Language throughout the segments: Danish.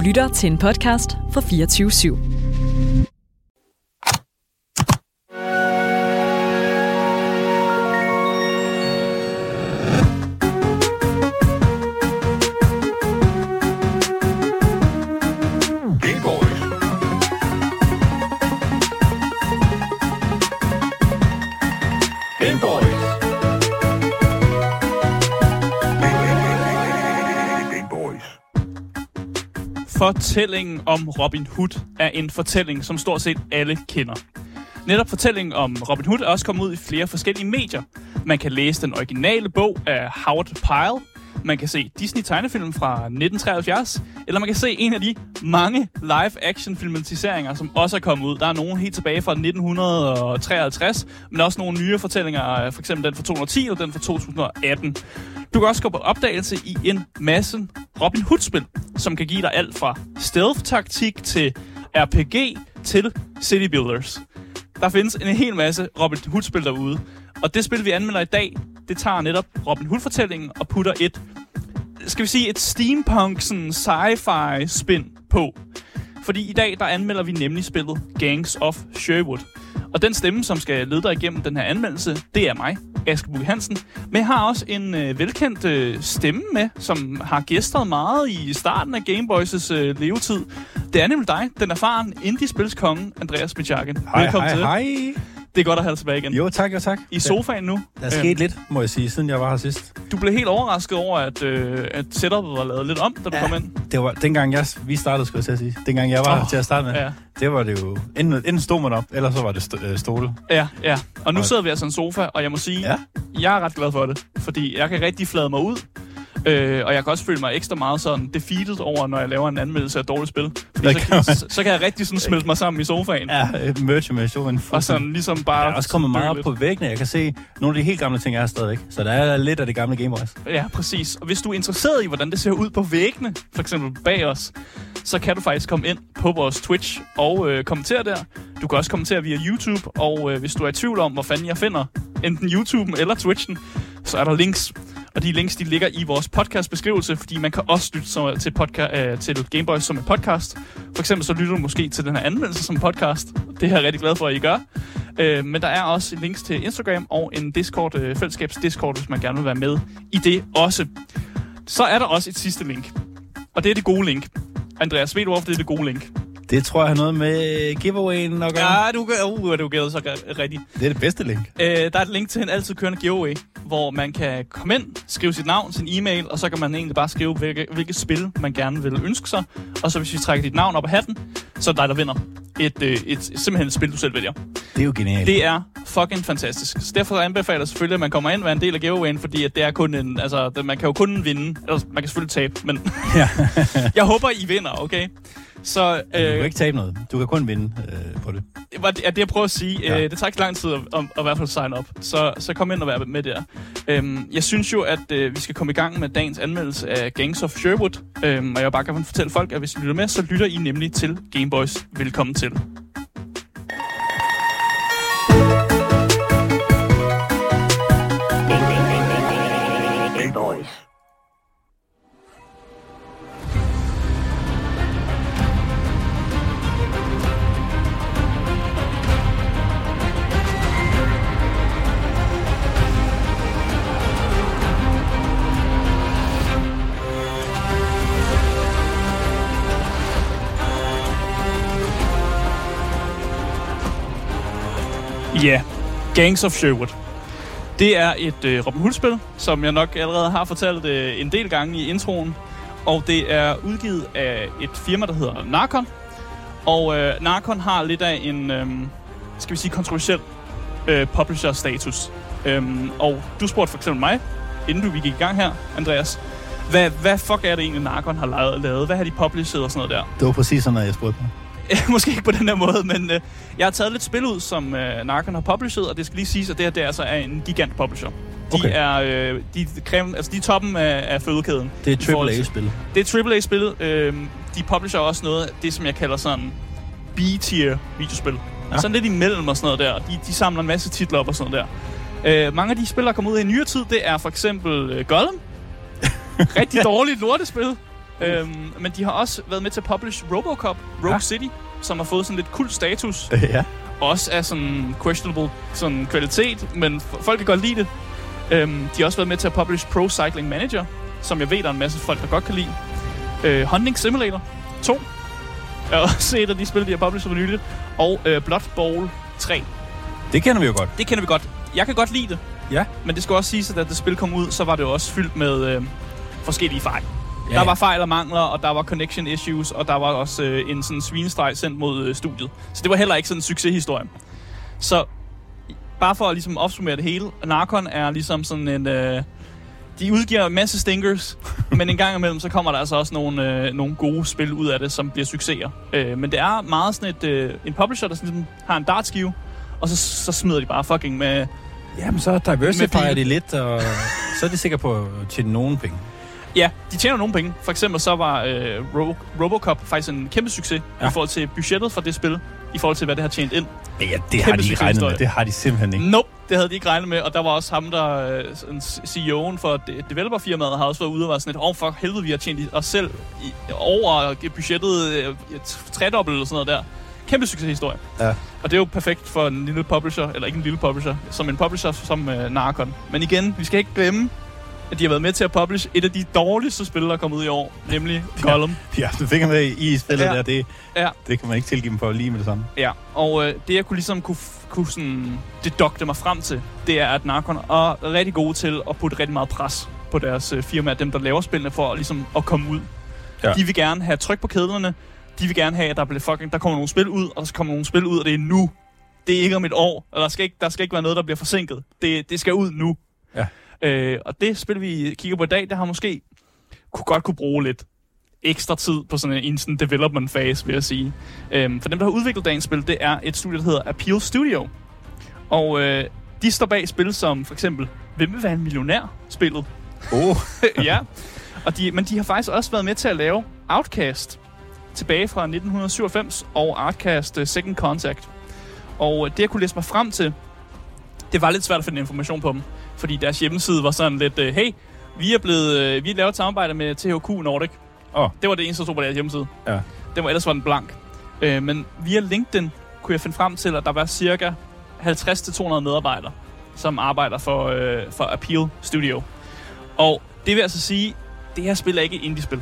lytter til en podcast fra 24/7. Fortællingen om Robin Hood er en fortælling, som stort set alle kender. Netop fortællingen om Robin Hood er også kommet ud i flere forskellige medier. Man kan læse den originale bog af Howard Pyle, man kan se Disney-tegnefilm fra 1973, eller man kan se en af de mange live-action-filmatiseringer, som også er kommet ud. Der er nogle helt tilbage fra 1953, men også nogle nye fortællinger, for eksempel den fra 2010 og den fra 2018. Du kan også gå på opdagelse i en masse Robin Hood-spil, som kan give dig alt fra stealth-taktik til RPG til City Builders. Der findes en hel masse Robin Hood-spil derude, og det spil, vi anmelder i dag, det tager netop Robin Hood-fortællingen og putter et steampunk, sådan sci-fi spin på. Fordi i dag, der anmelder vi nemlig spillet Gangs of Sherwood. Og den stemme, som skal lede dig igennem den her anmeldelse, det er mig, Aske Bukke Hansen. Men jeg har også en velkendt stemme med, som har gæstret meget i starten af Gameboys' levetid. Det er nemlig dig, den erfaren indie-spilskonge, Andreas Michaken. Velkommen til. Hej. Det er godt at have dig tilbage igen. Jo, tak. I sofaen nu. Der er sket lidt, må jeg sige, siden jeg var her sidst. Du blev helt overrasket over, at setupet var lavet lidt om, da du kom ind. Det var dengang vi startede, skulle jeg sige. Dengang jeg var her til at starte med. Ja. Det var det jo. Enten stod man op, eller så var det stole. Ja. Og nu sidder vi altså i en sofa, og jeg må sige, jeg er ret glad for det. Fordi jeg kan rigtig flade mig ud. Og jeg kan også føle mig ekstra meget sådan defeated over, når jeg laver en anmeldelse af et dårligt spil. Så kan jeg rigtig sådan smelte mig sammen i sofaen. Ja, merge med sofaen. Og sådan ligesom bare... Jeg er også kommet meget op på væggene. Jeg kan se nogle af de helt gamle ting, jeg har stadigvæk. Så der er lidt af det gamle Game Boys. Ja, præcis. Og hvis du er interesseret i, hvordan det ser ud på væggene, for eksempel bag os, så kan du faktisk komme ind på vores Twitch og kommentere der. Du kan også kommentere via YouTube, og hvis du er i tvivl om, hvor fanden jeg finder enten YouTube'en eller Twitchen, så er der links. Og de links, de ligger i vores podcastbeskrivelse, fordi man kan også lytte til Gameboys som en podcast. For eksempel så lytter du måske til den her anmeldelse som en podcast. Det er jeg rigtig glad for, at I gør. Men der er også links til Instagram og en Discord, fællesskabs-Discord, hvis man gerne vil være med i det også. Så er der også et sidste link, og det er det gode link. Andreas, ved du, hvorfor det er det gode link? Det tror jeg har noget med giveawayen at gøre. Ja, du gætter så rigtigt. Det er det bedste link. Der er et link til en altid kørende giveaway, hvor man kan komme ind, skrive sit navn, sin e-mail, og så kan man egentlig bare skrive, hvilket spil man gerne vil ønske sig. Og så hvis vi trækker dit navn op af hatten, så er det dig, der vinder. Simpelthen et spil, du selv vælger. Det er jo genialt. Det er fucking fantastisk. Så derfor anbefaler jeg selvfølgelig, at man kommer ind og er en del af giveawayen, fordi at det er kun man kan jo kun vinde, eller man kan selvfølgelig tabe, men jeg håber, I vinder, okay? Så, du kan ikke tabe noget. Du kan kun vinde på det. Det var det, jeg prøver at sige. Ja. Det tager ikke lang tid at i hvert fald sign up. Så kom ind og vær med der. Jeg synes jo, at vi skal komme i gang med dagens anmeldelse af Gangs of Sherwood. Og jeg vil bare gerne fortælle folk, at hvis I lytter med, så lytter I nemlig til Gameboys. Velkommen til. Gameboys. Ja, Gangs of Sherwood. Det er et Robin Hood-spil, som jeg nok allerede har fortalt en del gange i introen. Og det er udgivet af et firma, der hedder Narcon. Og Narcon har lidt af en, kontroversiel publisher-status. Og du spurgte for eksempel mig, inden vi gik i gang her, Andreas. Hvad fuck er det egentlig, Narcon har lavet? Hvad har de published og sådan noget der? Det var præcis sådan, jeg spurgte mig. Måske ikke på den her måde, men jeg har taget lidt spil ud, som Narcon har published, og det skal lige siges, at det her det altså er en gigant publisher. De er toppen af fødekæden. Det er AAA-spil. Det er AAA-spil. De publisher også noget af det, som jeg kalder sådan B-tier videospil. Ja. Sådan lidt imellem og sådan noget der. De samler en masse titler op og sådan noget der. Mange af de spil, der er kommet ud i nyere tid, det er for eksempel Gollum. Rigtig dårligt lortespil. Men de har også været med til at publish Robocop, Rogue City, som har fået sådan lidt kult status. Ja. Også er sådan questionable sådan kvalitet, men folk kan godt lide det. De har også været med til at publish Pro Cycling Manager, som jeg ved, der er en masse folk, der godt kan lide. Hunting Simulator 2 er også et af de spil, de har published for nyligt. Og Blood Bowl 3. Det kender vi jo godt. Det kender vi godt. Jeg kan godt lide det. Ja. Men det skal også siges, at da det spil kom ud, så var det jo også fyldt med forskellige fejl. Ja. Der var fejl og mangler, og der var connection issues, og der var også en sådan svinestreg sendt mod studiet. Så det var heller ikke sådan en succeshistorie. Så bare for at ligesom opsummere det hele, Narcon er ligesom sådan en... de udgiver en masse stinkers, men en gang imellem, så kommer der altså også nogle gode spil ud af det, som bliver succeser. Men det er meget sådan en publisher, der sådan ligesom har en dartskive, og så smider de bare fucking med... Jamen, så diversifierer de lidt, og så er de sikkert på at tjene nogen penge. Ja, de tjener nogle penge. For eksempel så var Robocop faktisk en kæmpe succes i forhold til budgettet for det spil, i forhold til, hvad det har tjent ind. Ja, det har de ikke regnet med. Det har de simpelthen ikke. Nope, det havde de ikke regnet med. Og der var også ham, der CEO'en for developerfirmaet, har også været ude og var sådan lidt, for helvede, vi har tjent os selv over budgettet tredobbelt eller sådan noget der. Kæmpe succeshistorie. Ja. Og det er jo perfekt for en lille publisher, eller ikke en lille publisher, som en publisher som Narcon. Men igen, vi skal ikke glemme, at de har været med til at publish et af de dårligste spil, der er kommet ud i år, nemlig Gollum. Ja, du fik med i spillet der, det kan man ikke tilgive dem for lige med det samme. Ja, og det jeg kunne sådan dedukte mig frem til, det er, at Narcon er rigtig gode til at putte rigtig meget pres på deres firma, dem der laver spillene, for ligesom at komme ud. Ja. De vil gerne have tryk på kedlerne, de vil gerne have, at der kommer nogle spil ud, og der skal komme nogle spil ud, og det er nu. Det er ikke om et år, og der skal ikke være noget, der bliver forsinket. Det skal ud nu. Ja. Og det spil, vi kigger på i dag, det har måske godt kunne bruge lidt ekstra tid på sådan en development phase, vil jeg sige. For dem, der har udviklet dagens spil, det er et studie, der hedder Appeal Studio. Og de står bag spil som for eksempel Hvem vil være en millionær-spillet. Ja. Men de har faktisk også været med til at lave Outcast tilbage fra 1997 og Outcast Second Contact. Og det, jeg kunne læse mig frem til, det var lidt svært at finde information på dem. Fordi deres hjemmeside var sådan lidt, hey, vi har lavet et samarbejde med THQ Nordic. Det var det eneste, der stod på deres hjemmeside. Ja. Ellers var den blank. Men via LinkedIn kunne jeg finde frem til, at der var cirka 50-200 medarbejdere, som arbejder for Appeal Studio. Og det vil altså sige, det her spil er ikke et indie-spil.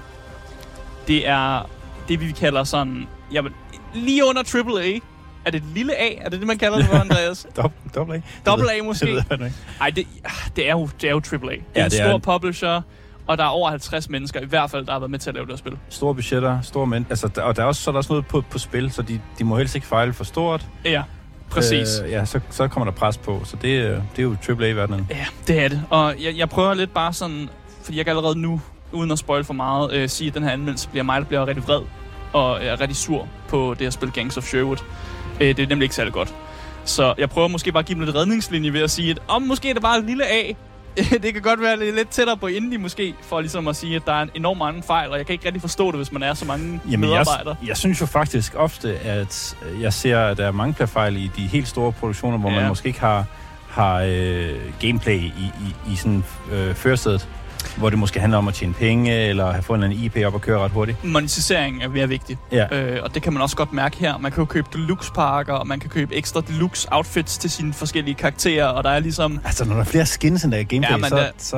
Det er det, vi kalder sådan, jamen, lige under AAA. Er det et lille A? Er det det, man kalder det for, Andreas? Double A? Double A måske? Nej, det er jo AAA. Det er en stor publisher, og der er over 50 mennesker, i hvert fald, der har været med til at lave det her spil. Store budgetter, store mænd. Altså, og der er også noget på spil, så de må helst ikke fejle for stort. Ja, præcis. Så kommer der pres på, så det er jo AAA-verdenen. Ja, det er det. Og jeg prøver lidt bare sådan, fordi jeg kan allerede nu, uden at spoil for meget, sige, at den her anmeldelse bliver mig, der bliver rigtig vred og er rigtig sur på det her spil Gangs of Sherwood. Det er nemlig ikke særlig godt. Så jeg prøver måske bare at give dem lidt redningslinje ved at sige, at måske er det bare et lille A. Det kan godt være lidt tættere på indie måske, for ligesom at sige, at der er enormt mange fejl, og jeg kan ikke rigtig forstå det, hvis man er så mange medarbejdere. Jeg synes jo faktisk ofte, at jeg ser, at der er mange fejl i de helt store produktioner, hvor man måske ikke har gameplay i sådan førersædet. Hvor det måske handler om at tjene penge, eller have fået en IP op og køre ret hurtigt. Monetisering er mere vigtigt. Ja. Og det kan man også godt mærke her. Man kan jo købe deluxe-pakker, og man kan købe ekstra deluxe-outfits til sine forskellige karakterer, og der er ligesom... Altså, når der er flere skins, end der er gameplay, så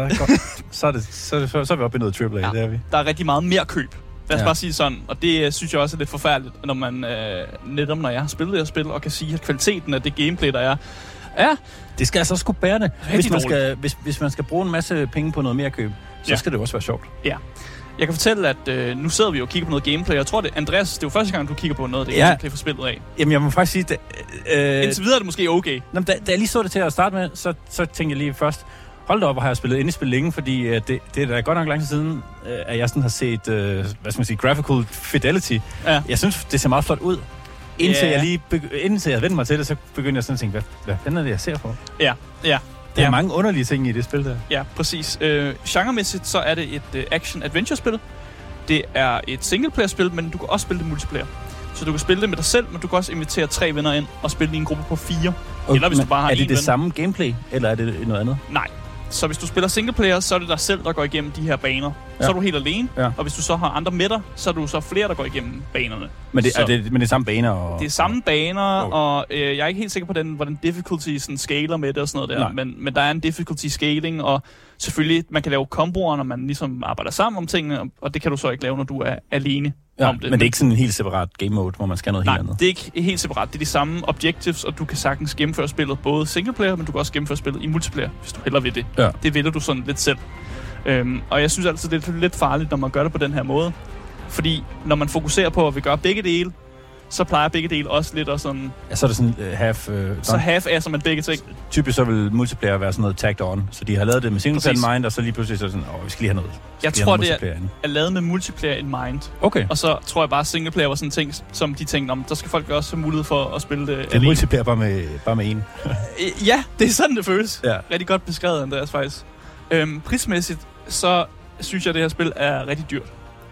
er vi oppe i noget AAA, det er vi. Der er rigtig meget mere køb. Lad os bare sige sådan. Og det synes jeg også er lidt forfærdeligt, når man netop når jeg har spillet det her spil, og kan sige, at kvaliteten af det gameplay, der er... Ja. Det skal altså også kunne bære det. Hvis man skal bruge en masse penge på noget mere køb, så skal det også være sjovt. Ja. Jeg kan fortælle, at nu sidder vi jo og kigger på noget gameplay. Jeg tror, Andreas, det er jo første gang, du kigger på noget af det gameplay for spillet af. Jamen, jeg må faktisk sige... Indtil videre er det måske okay. Nå, da jeg lige så det til at starte med, så tænkte jeg lige først, hold da op, hvor har jeg spillet indie-spil længe, fordi det er da godt nok lang tid siden, at jeg sådan har set, graphical fidelity. Ja. Jeg synes, det ser meget flot ud. Indtil jeg vendte mig til det, så begyndte jeg sådan at tænke, hvad fanden er det, jeg ser på? Ja. Der er mange underlige ting i det spil der. Ja, præcis. Genremæssigt så er det et action-adventure-spil. Det er et single-player-spil, men du kan også spille det multiplayer. Så du kan spille det med dig selv, men du kan også invitere 3 venner ind og spille i en gruppe på 4. Eller hvis du bare har er det det samme gameplay, eller er det noget andet? Nej. Så hvis du spiller singleplayer, så er det dig selv, der går igennem de her baner. Ja. Så er du helt alene, og hvis du så har andre med dig, så er du så flere, der går igennem banerne. Men det er samme baner? Og... Det er samme baner, og jeg er ikke helt sikker på, hvordan difficulty sådan scaler med det og sådan noget der. Men der er en difficulty scaling, og selvfølgelig, man kan lave komboer, når man ligesom arbejder sammen om tingene, og det kan du så ikke lave, når du er alene om det. Men det er ikke sådan en helt separat game mode, hvor man skal noget helt andet? Nej, det er ikke helt separat. Det er de samme objectives, og du kan sagtens gennemføre spillet både singleplayer, men du kan også gennemføre spillet i multiplayer, hvis du hellere vil det. Ja. Det vælger du sådan lidt selv. Og jeg synes altså, det er lidt farligt, når man gør det på den her måde. Fordi når man fokuserer på at vi gør begge dele, så plejer begge dele også lidt og sådan... Ja, så er det sådan half... så half er som man begge ting. Typisk så vil multiplayer være sådan noget tagged on. Så de har lavet det med single player in mind, og så lige pludselig så er det sådan, vi skal lige have noget. Jeg tror, det er lavet med multiplayer in mind. Okay. Og så tror jeg bare, at singleplayer var sådan en ting, som de tænkte om, der skal folk også have mulighed for at spille det. Det er multiplayer bare med en. Ja, det er sådan, det føles. Ja. Rigtig godt beskrevet, Andreas, faktisk. Prismæssigt, så synes jeg, at det her spil er rigtig dyrt.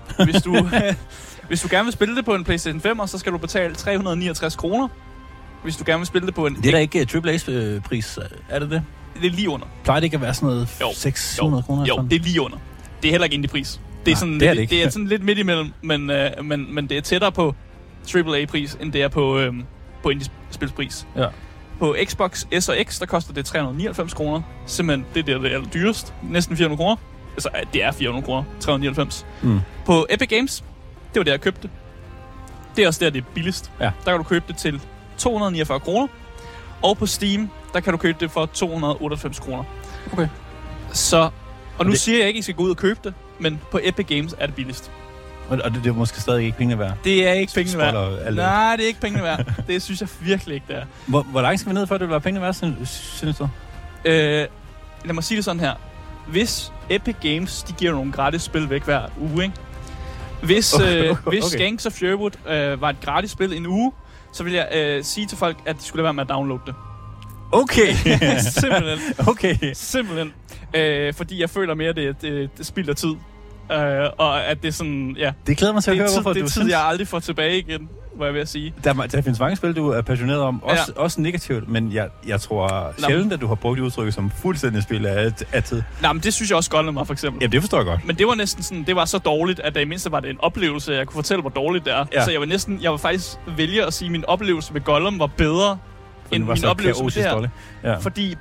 Hvis du gerne vil spille det på en PlayStation 5, så skal du betale 369 kroner. Hvis du gerne vil spille det på en... Det er da ikke AAA-pris, er det det? Det er lige under. Plejer det ikke at være sådan noget 600 kroner? Jo, det er lige under. Det er heller ikke indie-pris. Det er, sådan, det er sådan lidt midt imellem, men det er tættere på AAA-pris, end det er på indie-spilspris. Ja. På Xbox S og X, der koster det 399 kroner. Simpelthen, det er det dyrest. Næsten 400 kroner. Altså, det er 400 kroner. 399. På Epic Games, det var der, jeg købte det. Det er også der, det er billigst. Ja. Der kan du købe det til 249 kroner. Og på Steam, der kan du købe det for 298 kroner. Okay. Så, og nu siger jeg ikke, at I skal gå ud og købe det, men på Epic Games er det billigst. Og det er måske stadig ikke pengene værd? Det er ikke pengene værd. Nej, det er ikke pengene værd. Det synes jeg virkelig ikke, det er. Hvor langt skal vi ned, før det vil være pengene værd, synes du? Lad mig sige det sådan her. Hvis Epic Games, de giver nogle gratis spil væk hver uge, ikke? Hvis Gangs of Sherwood var et gratis spil en uge, så vil jeg sige til folk, at de skulle lade være med at downloade det. Okay. Simpelthen. Okay. Simpelthen. Fordi jeg føler mere, at det spilder tid. Og at det er sådan, ja. Det glæder mig til at høre, hvorfor du synes. Det er tid, jeg aldrig får tilbage igen, hvad jeg vil sige. Der findes mange spil, du er passioneret om. Også negativt, men jeg tror sjældent, at du har brugt udtrykket som fuldstændig spil af tid. Nej, men det synes jeg også Gollum var, for eksempel. Jamen, det forstår jeg godt. Men det var næsten sådan, det var så dårligt, at der i mindste var det en oplevelse, jeg kunne fortælle, hvor dårligt det er. Ja. Så jeg var faktisk vælge at sige, at min oplevelse med Gollum var bedre end min oplevelse med det her. Ja. Fordi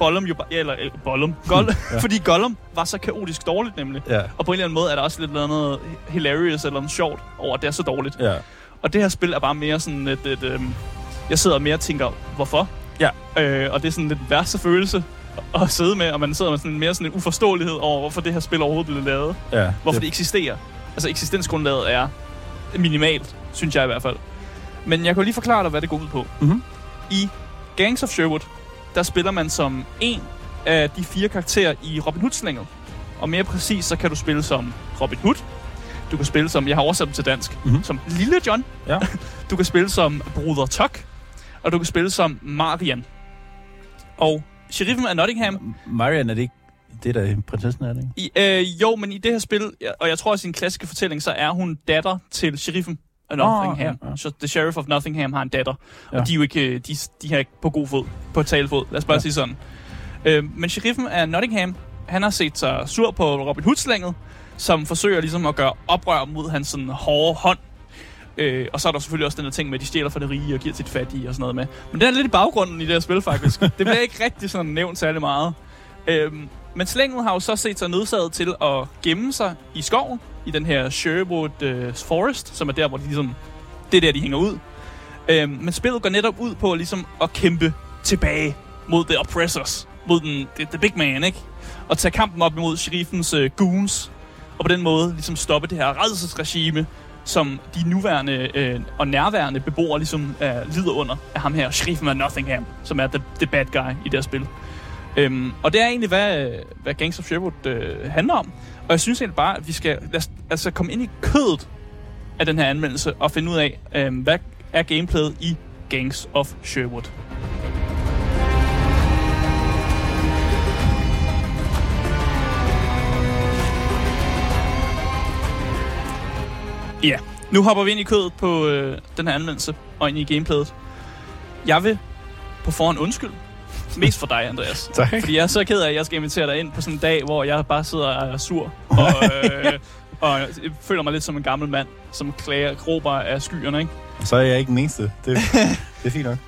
fordi Gollum var så kaotisk dårligt nemlig. Ja. Og på en eller anden måde er der også lidt noget hilarious eller noget sjovt over, at det er så dårligt. Ja. Og det her spil er bare mere sådan jeg sidder mere og tænker, hvorfor? Ja. Og det er sådan lidt værste følelse at sidde med, og man sidder med sådan mere sådan en uforståelighed over, hvorfor det her spil overhovedet blev lavet. Ja, hvorfor det eksisterer. Altså eksistensgrundlaget er minimalt, synes jeg i hvert fald. Men jeg kan lige forklare dig, hvad det går ud på. Mm-hmm. I Gangs of Sherwood, der spiller man som en af de 4 karakterer i Robin Hood-slænget. Og mere præcis, så kan du spille som Robin Hood. Du kan spille som, jeg har oversat dem til dansk, som Lille John. Ja. Du kan spille som Bruder Tuck. Og du kan spille som Marian. Og sheriffen af Nottingham... Marian, er det ikke det, der er prinsessen, er det ikke? Jo, men i det her spil, og jeg tror også i en klassiske fortælling, så er hun datter til sheriffen af Nottingham. Ja. Så The Sheriff of Nottingham har en datter. Ja. Og de er jo ikke, de har ikke på god fod, på talefod. Lad os bare sige sådan. Men sheriffen af Nottingham, han har set sig sur på Robin Hood-slænget, som forsøger ligesom at gøre oprør mod hans sådan hårde hånd. Og så er der selvfølgelig også den der ting med, at de stjæler fra det rige og giver til de fattige og sådan noget med. Men det er lidt i baggrunden i det her spil, faktisk. Det bliver ikke rigtig sådan nævnt særlig meget. Men slænget har jo så set sig nødsaget til at gemme sig i skoven, i den her Sherwood Forest, som er der, hvor de ligesom... Det er der, de hænger ud. Men spillet går netop ud på ligesom at kæmpe tilbage mod the oppressors, mod the big man, ikke? Og tage kampen op imod sheriffens goons, og på den måde ligesom stoppe det her rædselsregime, som de nuværende og nærværende beboere ligesom lider under af ham her, sheriffen af Nottingham, som er the bad guy i det her spil. Og det er egentlig, hvad Gangs of Sherwood handler om. Og jeg synes egentlig bare, at vi skal komme ind i kødet af den her anmeldelse og finde ud af, hvad er gameplayet i Gangs of Sherwood. Ja, nu hopper vi ind i kødet på den her anmeldelse og ind i gameplayet. Jeg vil på forhånd undskylde Mest for dig, Andreas. Tak. Fordi jeg er så ked af, at jeg skal invitere dig ind på sådan en dag, hvor jeg bare sidder og er sur. Og jeg føler mig lidt som en gammel mand, som råber af skyerne, ikke? Så er jeg ikke den eneste. Det er fint nok.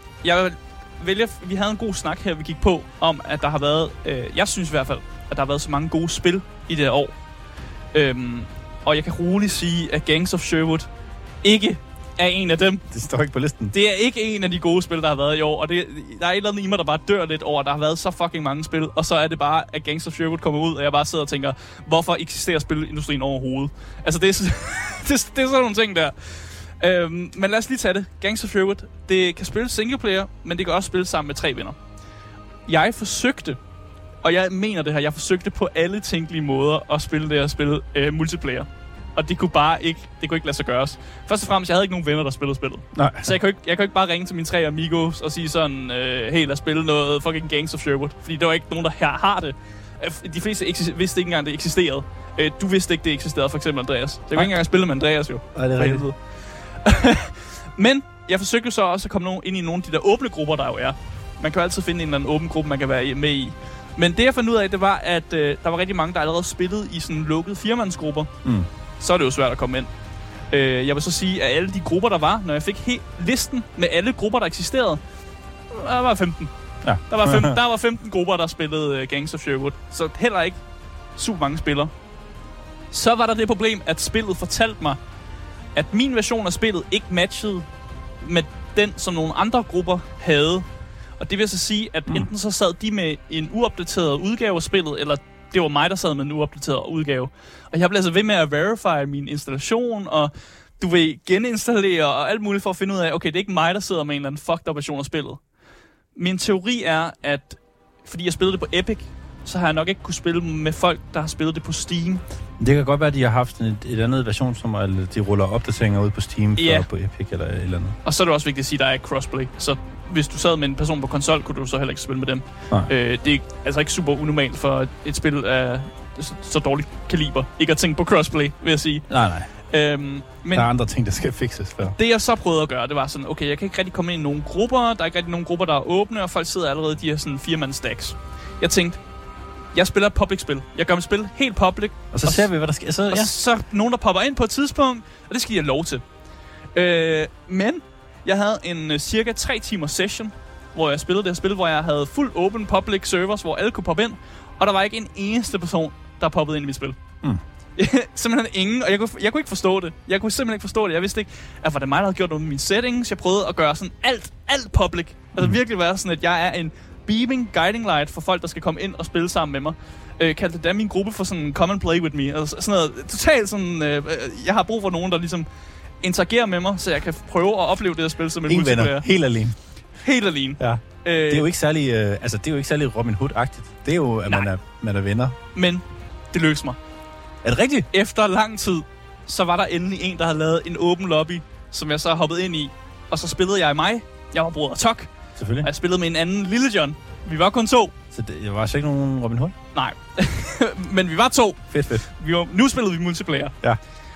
Vi havde en god snak her, vi gik på, om at der har været, jeg synes i hvert fald, at der har været så mange gode spil i det her år. Og jeg kan roligt sige, at Gangs of Sherwood ikke er en af dem. Det står ikke på listen. Det er ikke en af de gode spil, der har været i år, og der er et eller andet i mig, der bare dør lidt over, at der har været så fucking mange spil, og så er det bare, at Gangs of Sherwood kommer ud, og jeg bare sidder og tænker, hvorfor eksisterer spilindustrien overhovedet? Altså, det er sådan nogle ting der. Men lad os lige tage det. Gangs of Sherwood, det kan spilles single player, men det kan også spilles sammen med 3 venner. Jeg forsøgte, og jeg mener det her, jeg forsøgte på alle tænkelige måder at spille det her spil multiplayer. Og det kunne ikke lade sig gøres. Først og fremmest, jeg havde ikke nogen venner, der spillede spillet. Nej. Så jeg kunne ikke bare ringe til mine 3 amigos og sige sådan, hey, lad os spille noget fucking Gangs of Sherwood. Fordi der var ikke nogen, der her har det. De fleste vidste ikke engang, det eksisterede. Du vidste ikke, det eksisterede, for eksempel Andreas. Så jeg kunne ikke engang spille med Andreas, jo. Nej, det er rigtigt. Men jeg forsøgte så også at komme ind i nogle af de der åbne grupper, der jo er. Man kan jo altid finde en eller anden åben gruppe, man kan være med i. Men det, jeg fandt ud af, det var, at der var rigtig mange, der allerede spillede i sådan lukkede firmandsgrupper. Så er det jo svært at komme ind. Jeg vil så sige, at alle de grupper, der var, når jeg fik listen med alle grupper, der eksisterede, der var 15. Ja. Der var 15 grupper, der spillede Gangs of Sherwood. Så heller ikke super mange spillere. Så var der det problem, at spillet fortalte mig, at min version af spillet ikke matchede med den, som nogle andre grupper havde. Og det vil så sige, at enten så sad de med en uopdateret udgave af spillet, eller det var mig, der sad med en uopdateret udgave. Og jeg blev altså ved med at verify min installation, og du vil geninstallere og alt muligt for at finde ud af, okay, det er ikke mig, der sidder med en eller anden fucked up version af spillet. Min teori er, at fordi jeg spillede det på Epic, så har jeg nok ikke kunne spille med folk, der har spillet det på Steam. Det kan godt være, at de har haft et andet version, som de ruller opdateringer ud på Steam på Epic eller et eller andet. Og så er det også vigtigt at sige, at der er ikke crossplay. Så hvis du sad med en person på konsol, kunne du så heller ikke spille med dem. Det er altså ikke super unormalt for et spil af så dårligt kaliber. Ikke at tænke på crossplay, vil jeg sige. Nej. Men der er andre ting, der skal fikses før. Det jeg så prøvede at gøre, det var sådan, okay, jeg kan ikke rigtig komme ind i nogle grupper. Der er ikke rigtig nogen grupper, der er åbne, og folk sidder allerede i de her sådan 4-mand-stacks. Jeg tænkte, jeg spiller et public-spil. Jeg gør mit spil helt public. Og så ser vi, hvad der sker. Så nogen, der popper ind på et tidspunkt, og det skal de have lov til. Men jeg havde en cirka 3 timers session, hvor jeg spillede det her spil, hvor jeg havde fuld open public servers, hvor alle kunne poppe ind, og der var ikke en eneste person, der poppede ind i mit spil. Simpelthen ingen, og jeg kunne ikke forstå det. Jeg kunne simpelthen ikke forstå det. Jeg vidste ikke, at var det mig, der havde gjort noget med mine settings. Jeg prøvede at gøre sådan alt public. Altså virkelig være sådan, at jeg er en beaming guiding light for folk, der skal komme ind og spille sammen med mig. Kaldte det min gruppe for sådan come and play with me. Altså sådan noget totalt sådan, jeg har brug for nogen, der ligesom interagerer med mig, så jeg kan prøve at opleve det her spil som en multiplayer. Venner. Helt alene. Helt alene. Ja. Det er jo ikke særlig, det er jo ikke særlig Robin Hood-agtigt. Det er jo, at man er venner. Men det lykkedes mig. Er det rigtigt? Efter lang tid, så var der endelig en, der havde lavet en åben lobby, som jeg så hoppede ind i. Og så spillede jeg mig. Jeg var Broder Tok. Selvfølgelig. Og jeg spillede med en anden Lille John. Vi var kun 2. Så det var altså ikke nogen Robin Hood? Nej. Men vi var 2. Fedt. Nu spillede vi multiplayer. Ja.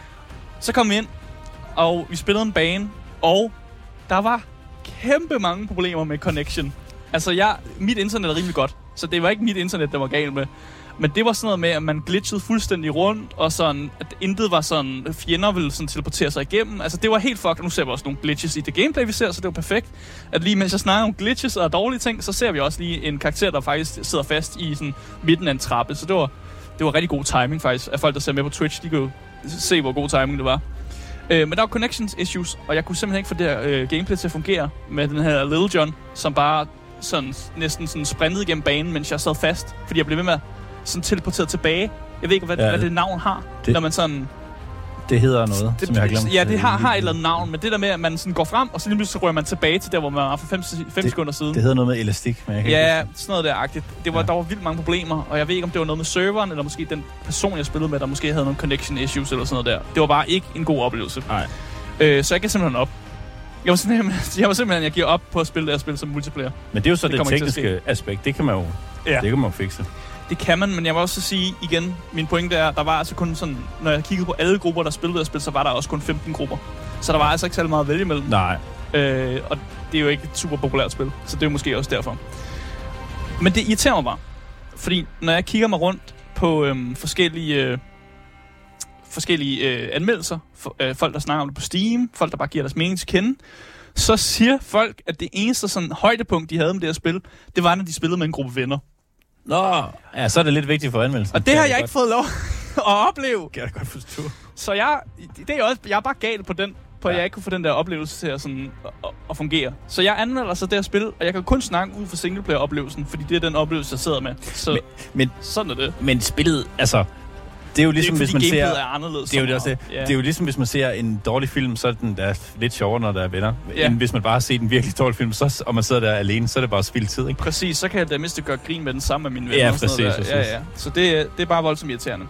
Så kom vi ind, og vi spillede en bane, og der var kæmpe mange problemer med connection. Altså, mit internet er rimelig godt, så det var ikke mit internet, der var galt med. Men det var sådan noget med, at man glitchede fuldstændig rundt, og sådan, at intet var sådan, fjender ville sådan teleportere sig igennem. Altså, det var helt fucked. Nu ser vi også nogle glitches i det gameplay, vi ser, så det var perfekt. At lige mens jeg snakker om glitches og dårlige ting, så ser vi også lige en karakter, der faktisk sidder fast i sådan midten af en trappe. Så det var rigtig god timing faktisk. Af folk, der ser med på Twitch, de kunne se, hvor god timing det var. Men der var connections issues, og jeg kunne simpelthen ikke få det her gameplay til at fungere med den her Little John, som bare sådan, næsten sådan sprintede igennem banen, mens jeg sad fast, fordi jeg blev ved med sådan teleporteret tilbage. Jeg ved ikke, hvad det navn har, når man sådan... Det hedder noget, som jeg har glemt. Ja, det har et eller andet navn, men det der med, at man sådan går frem, og så lige pludselig rører man tilbage til der, hvor man var for 5 sekunder siden. Det hedder noget med elastik, men jeg kan ikke sådan noget der-agtigt. Der var vildt mange problemer, og jeg ved ikke, om det var noget med serveren, eller måske den person, jeg spillede med, der måske havde nogle connection issues eller sådan noget der. Det var bare ikke en god oplevelse. Nej. Så jeg gav simpelthen op. Jeg giver op på at spille det her spil som multiplayer. Men det er jo så det tekniske aspekt. Det kan man jo fikse. Det kan man, men jeg vil også sige igen, min pointe er, der var altså kun sådan, når jeg kiggede på alle grupper, der spillede det her spil, så var der også kun 15 grupper. Så der var altså ikke særlig meget at vælge imellem. Nej. Og det er jo ikke et super populært spil, så det er jo måske også derfor. Men det irriterer mig bare. Fordi når jeg kigger mig rundt på forskellige anmeldelser, folk der snakker om det på Steam, folk der bare giver deres mening til kende, så siger folk, at det eneste sådan højdepunkt, de havde med det her spil, det var, når de spillede med en gruppe venner. Nå, ja, så er det lidt vigtigt for anmeldelsen. Og det har jeg ikke fået lov at opleve. Kan jeg godt forstå. Så jeg er bare gal på den, at jeg ikke kunne få den der oplevelse til at fungere. Så jeg anmelder så det her spil, og jeg kan kun snakke ud for singleplayer-oplevelsen, fordi det er den oplevelse, jeg sidder med. Så men sådan er det. Men spillet, altså... Det er jo ligesom, hvis man ser... er anderledes. Det er jo det også det. Yeah. Det er jo ligesom, hvis man ser en dårlig film, så er den der lidt sjovere, når der er venner. Yeah. End hvis man bare har set en virkelig dårlig film, og man sidder der alene, så er det bare spild tid, ikke? Præcis, så kan jeg da mindst gøre grin med den samme med mine venner. Ja, præcis. Ja. Så det er bare voldsomt irriterende.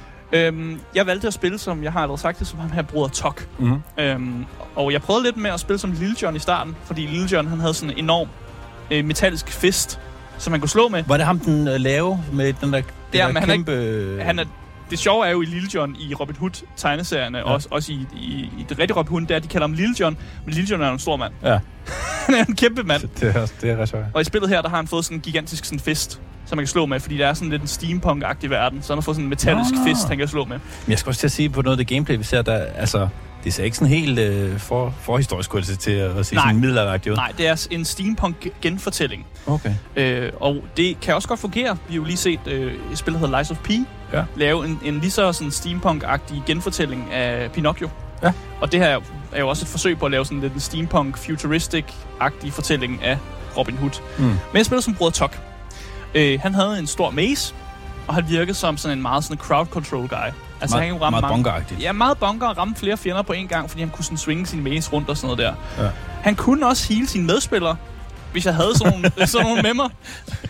Jeg valgte at spille, som jeg har allerede sagt det, som ham her Broder Tok. Mm-hmm. Og jeg prøvede lidt med at spille som Lille John i starten, fordi Lille John, han havde sådan en enorm metallisk fist, som man kunne slå med. Var det ham, den lave med den der kæmpe... Det sjove er jo i Lille John i Robin Hood-tegneserierne, også i det rigtige Robin Hood, der de kalder ham Lille John, men Lille John er en stor mand. Ja. Han er en kæmpe mand. Det er ret sjovt. Og i spillet her, der har han fået sådan en gigantisk sådan fist, som man kan slå med, fordi der er sådan lidt en steampunk-agtig verden, så han har fået sådan en metallisk fist, han kan slå med. Men jeg skal også til at sige, på noget af det gameplay, vi ser, der altså... Det ser ikke sådan helt forhistorisk til at sige sådan middelalderagtigt ud. Nej, det er en steampunk-genfortælling. Okay. Og det kan også godt fungere. Vi har jo lige set et spil, der hedder Lies of P, lave en lige så sådan steampunk-agtig genfortælling af Pinocchio. Ja. Og det her er jo også et forsøg på at lave sådan lidt en steampunk-futuristic-agtig fortælling af Robin Hood. Men jeg spiller som Broder Tok. Han havde en stor mace, og han virkede som sådan en meget sådan crowd control guy. Altså han kunne ramme meget bunkeragtigt. Ja, meget bunker og ramme flere fjender på en gang, fordi han kunne sådan swinge sin mace rundt og sådan noget der. Ja. Han kunne også heale sine medspillere, hvis jeg havde sådan nogle med mig.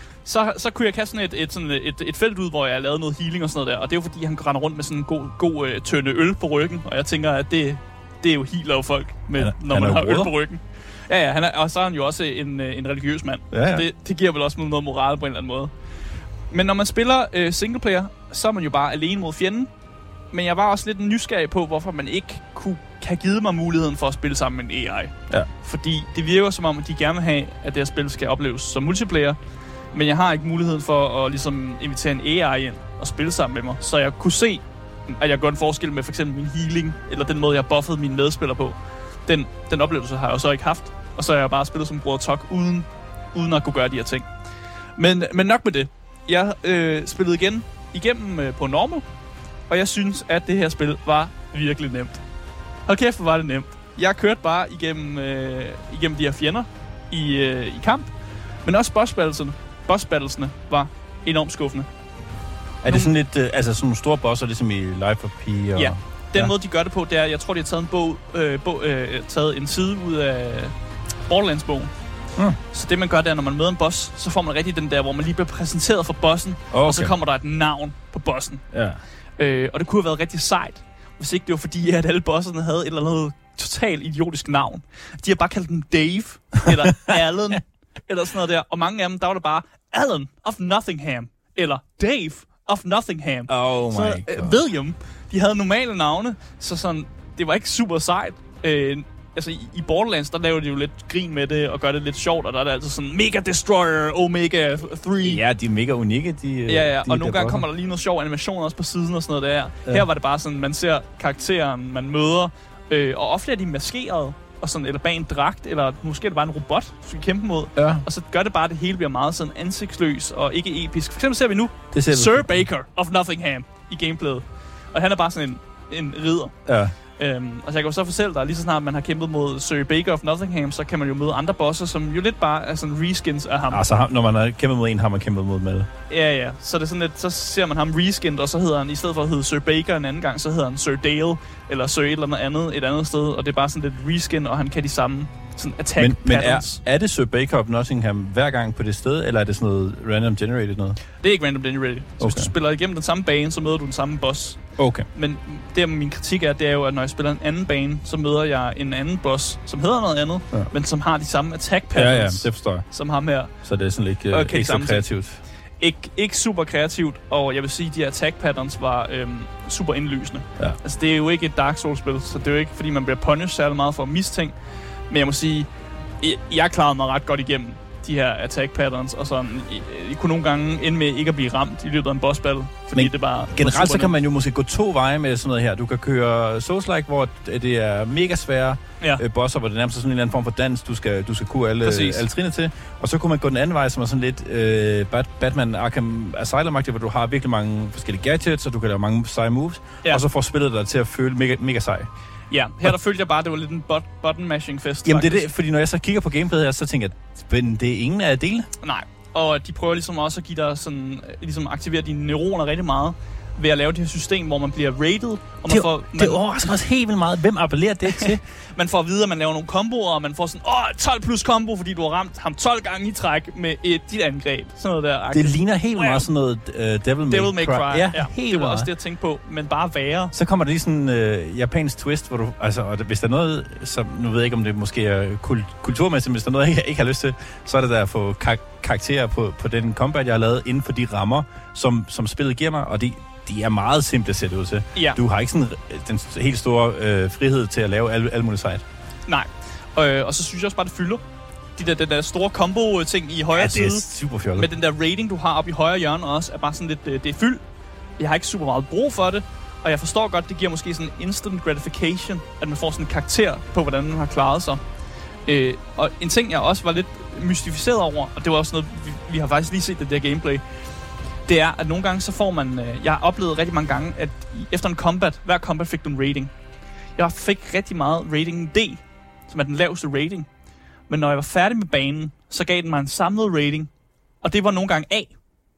Så kunne jeg kaste sådan et felt ud, hvor jeg lavede noget healing og sådan noget der. Og det er jo fordi, han render rundt med sådan en god tønde øl på ryggen. Og jeg tænker, at det er jo healer folk, med, når man har øl på ryggen. Ja, og så er han jo også en religiøs mand. Ja. Så det giver vel også noget moral på en eller anden måde. Men når man spiller singleplayer, så er man jo bare alene mod fjenden. Men jeg var også lidt nysgerrig på, hvorfor man ikke kunne have givet mig muligheden for at spille sammen med en AI. Ja. Fordi det virker som om, at de gerne vil have, at det her spil skal opleves som multiplayer. Men jeg har ikke muligheden for at ligesom invitere en AI ind og spille sammen med mig. Så jeg kunne se, at jeg gør en forskel med for eksempel min healing, eller den måde, jeg buffede mine medspillere på. Den oplevelse har jeg jo så ikke haft. Og så har jeg bare spillet som Broder Tok, uden at kunne gøre de her ting. Men nok med det. Jeg spillede igennem på normal. Og jeg synes, at det her spil var virkelig nemt. Hold kæft, hvor var det nemt. Jeg kørte bare igennem de her fjender i kamp. Men også boss-battlesene var enormt skuffende. Er det sådan lidt, altså sådan nogle store bosser, ligesom i Life of P? Og... Ja, den måde, de gør det på, det er, jeg tror, de har taget taget en side ud af Borderlands-bogen. Så det, man gør, det er, når man møder en boss, så får man rigtig den der, hvor man lige bliver præsenteret for bossen, og så kommer der et navn på bossen. Ja. Og det kunne have været rigtig sejt, hvis ikke det var fordi, at alle bosserne havde et eller andet totalt idiotisk navn. De har bare kaldt dem Dave, eller Alan, eller sådan noget der. Og mange af dem, der var det bare Alan of Nottingham, eller Dave of Nottingham. Oh my God. William, de havde normale navne, så sådan, det var ikke super sejt. Altså i Borderlands, der laver de jo lidt grin med det, og gør det lidt sjovt, og der er det altid sådan Mega Destroyer, Omega 3. Ja, de er mega unikke. Ja, og nogle gange kommer der lige noget sjov animation også på siden og sådan noget der. Ja. Her var det bare sådan, man ser karakteren, man møder, og ofte er de maskeret, og sådan, eller bag en dragt, eller måske er det bare en robot, du skal kæmpe mod. Ja. Og så gør det bare, at det hele bliver meget sådan ansigtsløs og ikke episk. For eksempel ser vi nu Sir Baker of Nottingham i gameplayet. Og han er bare sådan en ridder. Ja. Og så jeg kan jo så fortælle dig, lige så snart man har kæmpet mod Sir Baker of Nottingham, så kan man jo møde andre bosser, som jo lidt bare er sådan reskins af ham. Altså når man har kæmpet mod en, har man kæmpet mod med. Ja. Så det er sådan lidt, så ser man ham reskinned, og så hedder han, i stedet for at hedde Sir Baker en anden gang, så hedder han Sir Dale, eller Sir et eller andet et andet sted, og det er bare sådan lidt reskin, og han kan de samme sådan attack patterns. Men er det Sir Baker of Nottingham hver gang på det sted, eller er det sådan noget random generated noget? Det er ikke random generated. Så hvis du spiller igennem den samme bane, så møder du den samme boss. Okay. Men det min kritik er, det er jo, at når jeg spiller en anden bane, så møder jeg en anden boss, som hedder noget andet, men som har de samme attack patterns, det forstår jeg. Som ham her. Så det er sådan lidt ikke så kreativt. Ikke super kreativt, og jeg vil sige, at de attack patterns var super indlysende. Ja. Altså, det er jo ikke et Dark Souls-spil, så det er jo ikke, fordi man bliver punished særlig meget for at miste ting. Men jeg må sige, jeg klarede mig ret godt igennem de her attack patterns, og sådan, I kunne nogle gange ende med ikke at blive ramt i løbet af en boss battle, fordi men det bare... Generelt så kan man jo måske gå 2 veje med sådan noget her. Du kan køre Souls-like, hvor det er mega svære bosser, hvor det nærmest er sådan en eller anden form for dans, du skal kunne alle trinene til. Og så kunne man gå den anden vej, som er sådan lidt Batman Arkham Asylum-agtigt, hvor du har virkelig mange forskellige gadgets, og du kan lave mange seje moves, og så får spillet dig til at føle mega, mega sej. Ja, her der følte jeg bare, at det var lidt en button-mashing-fest. Jamen det er det, fordi når jeg så kigger på gameplayet her, så tænker jeg, at det er ingen af delene. Nej, og de prøver ligesom også at give dig sådan, ligesom aktivere dine neuroner rigtig meget, ved at lave det her system, hvor man bliver rated. Og det overrasker også helt vildt meget. Hvem appellerer det til? Man får at vide, at man laver nogle komboer, og man får sådan, 12 plus kombo, fordi du har ramt ham 12 gange i træk med dit angreb. Sådan noget der. Det ligner helt meget sådan noget Devil May Cry. Ja, helt det var også det, jeg tænkte på, men bare værre. Så kommer der lige sådan en japansk twist, hvor du, altså, og hvis der er noget, som, nu ved jeg ikke, om det måske er kulturmæssigt, men hvis der er noget, jeg ikke har lyst til, så er det der at få karakterer på den combat, jeg har lavet inden for de rammer, som spillet giver mig, og de er meget simple at sætte ud til. Ja. Du har ikke sådan den helt store frihed til at lave alle mulige sejt. Nej. Og så synes jeg også bare, det fylder. Den der store combo-ting i højre side. Ja, det er super fjollet. Med den der rating, du har oppe i højre hjørne også, er bare sådan lidt, det er fyldt. Jeg har ikke super meget brug for det. Og jeg forstår godt, det giver måske sådan instant gratification, at man får sådan en karakter på, hvordan man har klaret sig. Og en ting, jeg også var lidt mystificeret over, og det var også noget, vi har faktisk lige set det der gameplay, det er, at nogle gange så får man... jeg har oplevet rigtig mange gange, at efter en combat, hver combat fik du en rating. Jeg fik rigtig meget rating D, som er den laveste rating. Men når jeg var færdig med banen, så gav den mig en samlet rating, og det var nogle gange A.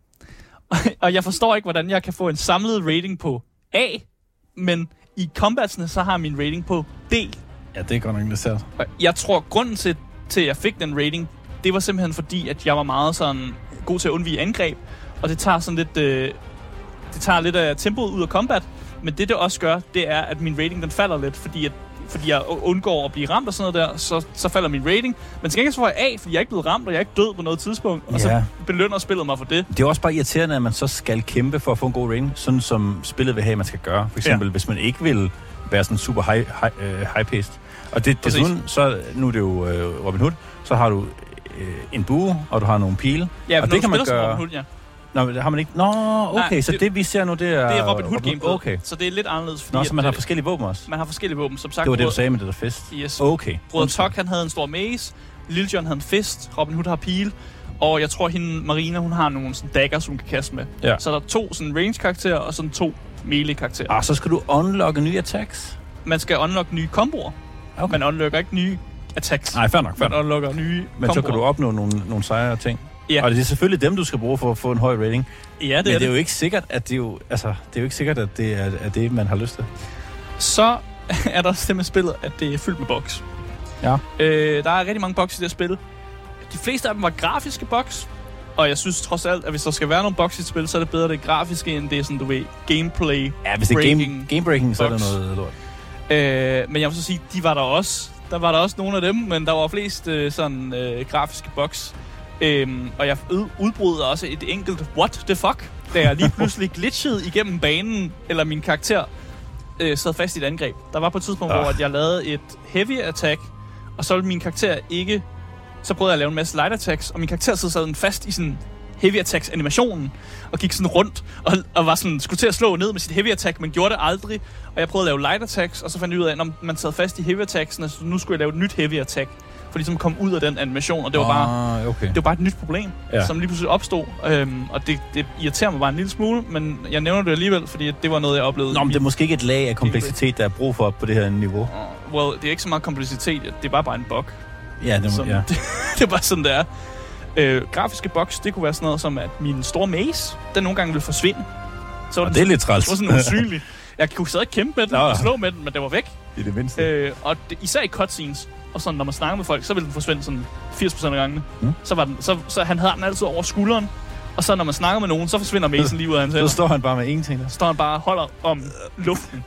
Og jeg forstår ikke, hvordan jeg kan få en samlet rating på A, men i combatsene, så har jeg min rating på D. Ja, det er godt nok lidt sært. Jeg tror, grunden til at jeg fik den rating, det var simpelthen fordi, at jeg var meget sådan god til at undvige angreb, og det tager sådan lidt, det tager lidt af tempoet ud af combat, men det også gør, det er, at min rating den falder lidt, fordi jeg undgår at blive ramt og sådan noget der, så falder min rating. Men til gengæld så får jeg A, fordi jeg er ikke blevet ramt, og jeg er ikke død på noget tidspunkt, og så belønner spillet mig for det. Det er også bare irriterende, at man så skal kæmpe for at få en god rating, sådan som spillet vil have, man skal gøre. For eksempel, hvis man ikke vil være sådan super high-paced. Og desuden, så nu er det jo Robin Hood, så har du en bue, og du har nogle pile. Ja, og det kan man gøre. Robin Hood, ja. Nå, det har man ikke. Nå, okay, nej, så det vi ser nu, det er Robin Hood gameplay. Okay. Så det er lidt anderledes, fordi... Nå, så man har forskellige våben også? Man har forskellige våben, som sagt. Det var det, du sagde med det der fist? Yes. Okay. Broder Tuck, han havde en stor mace, Lil Jon havde en fist, Robin Hood har pile, og jeg tror, hende Marina, hun har nogle sådan daggers, hun kan kaste med. Ja. Så der er 2 sådan range-karakterer, og sådan 2 melee-karakterer. Så skal du unlocke nye attacks? Man skal unlocke nye komboer. Okay. Man unlocker ikke nye attacks. Nej, fair nok. Man unlocker nye Men komboer. Så kan du opnå nogle sejre ting. Ja. Og det er selvfølgelig dem, du skal bruge for at få en høj rating. Ja, men det er jo ikke sikkert, at det er jo ikke sikkert, at det er det, man har lyst til. Så er der også det med spillet, at det er fyldt med bugs. Ja. Der er rigtig mange bugs i det spil. De fleste af dem var grafiske bugs. Og jeg synes trods alt, at hvis der skal være nogle bugs i et spil, så er det bedre det grafiske, end det sådan, du ved, gameplay. Ja, hvis det er game-breaking, så er det noget lort. Men jeg vil så sige, de var der også. Der var der også nogle af dem, men der var flest grafiske bugs. Og jeg udbrød også et enkelt what the fuck, da jeg lige pludselig glitchede igennem banen, eller min karakter sad fast i et angreb. Der var på et tidspunkt, hvor jeg lavede et heavy attack, og så ville min karakter ikke... Så prøvede jeg at lave en masse light attacks, og min karakter sad fast i sådan heavy attacks animationen, og gik sådan rundt, og var sådan, skulle til at slå ned med sit heavy attack, men gjorde det aldrig. Og jeg prøvede at lave light attacks, og så fandt jeg ud af, at når man sad fast i heavy attacksene, så nu skulle jeg lave et nyt heavy attack, for ligesom at komme ud af den animation, og det var bare, det var bare et nyt problem, som lige pludselig opstod, og det irriterer mig bare en lille smule, men jeg nævner det alligevel, fordi det var noget, jeg oplevede. Nå, men det er måske ikke et lag af kompleksitet, der er brug for på det her niveau. Well, det er ikke så meget kompleksitet, det er bare en bug. Ja, det er bare sådan, det er. Grafiske bugs, det kunne være sådan noget som, at min store mace, den nogle gange ville forsvinde. Så det er lidt træls. Det var sådan usynligt. Jeg kunne stadig kæmpe med den og slå med den, men det var væk. Det er det mindste. Især i cutscenes, og sådan, når man snakker med folk, så ville den forsvinde sådan 80% af gangene. Så han havde den altid over skulderen, og så når man snakker med nogen, så forsvinder macen lige ud af hans hænder. Så står han bare med ingenting. Så står han bare og holder om luften.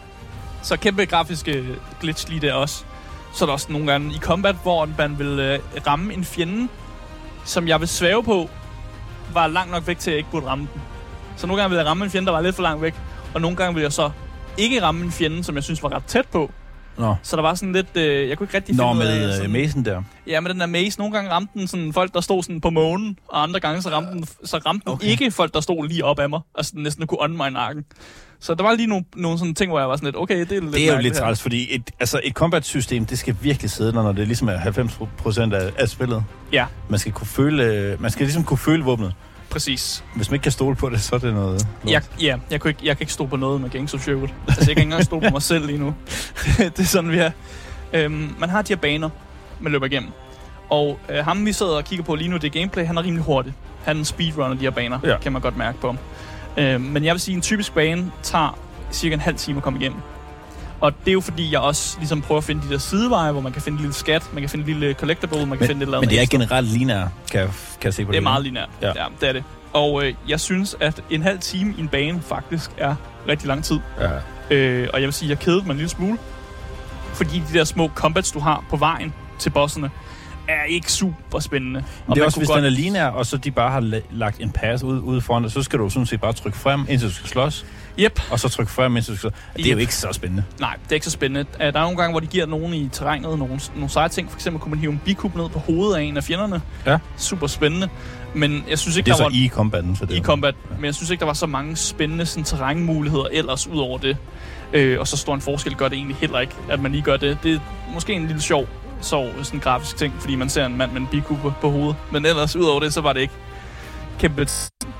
Så kæmpe grafiske glitch lige der også. Så er der også nogle gange i combat, hvor man vil ramme en fjende, som jeg vil svæve på, var langt nok væk til, at jeg ikke burde ramme den. Så nogle gange ville jeg ramme en fjende, der var lidt for langt væk, og nogle gange ville jeg så ikke ramme en fjende, som jeg synes var ret tæt på, Så der var sådan lidt... jeg kunne ikke rigtig finde ud af... Med mazen der. Ja, med den der maze. Nogle gange ramte den sådan folk, der stod sådan på månen, og andre gange så ramte den ikke folk, der stod lige op af mig, og sådan næsten kunne ånde mig i nakken. Så der var lige nogle sådan ting, hvor jeg var sådan lidt, okay, det er lidt... Det er jo lidt træls, fordi et combat-system, det skal virkelig sidde, når det ligesom er 90% af spillet. Ja. Man skal ligesom kunne føle våbnet. Præcis. Hvis man ikke kan stole på det, så er det noget... Jeg kan ikke stole på noget med Gangs of Sherwood. Altså, jeg kan ikke engang stole på mig selv lige nu. Det er sådan, vi er. Man har de her baner, man løber igennem. Og ham, vi sidder og kigger på lige nu, det gameplay, han er rimelig hurtig. Han speedrunner de her baner, kan man godt mærke på ham. Men jeg vil sige, at en typisk bane tager cirka en halv time at komme igennem. Og det er jo fordi, jeg også ligesom prøver at finde de der sideveje, hvor man kan finde en lille skat, man kan finde en lille collectible, man kan finde et eller andet. Men det er generelt lineært, kan jeg se på det. Det er meget lineært, ja, det er det. Og jeg synes, at en halv time i en bane faktisk er rigtig lang tid. Ja. Og jeg vil sige, at jeg kedede mig en lille smule. Fordi de der små combats, du har på vejen til bosserne, er ikke super spændende. Og det er også, hvis den er lineær, og så de bare har lagt en pass ud foran dig, så skal du sådan set bare trykke frem, indtil du skal slås. Yep. Og så trykke frem, indtil du skal slås. Det er jo ikke så spændende. Nej, det er ikke så spændende. Der er nogle gange, hvor de giver nogen i terrænet nogle seje ting. For eksempel kunne man hive en bikub ned på hovedet af en af fjenderne. Ja. Super spændende. Men jeg synes ikke, det er så i combaten. Så det i combat. Men jeg synes ikke, der var så mange spændende sådan, terrænmuligheder ellers ud over det. Og så stor en forskel gør det egentlig heller ikke, at man lige gør det. Det er måske en lille sjov sådan grafisk ting, fordi man ser en mand med en bikube på hovedet. Men ellers, ud over det, så var det ikke kæmpe...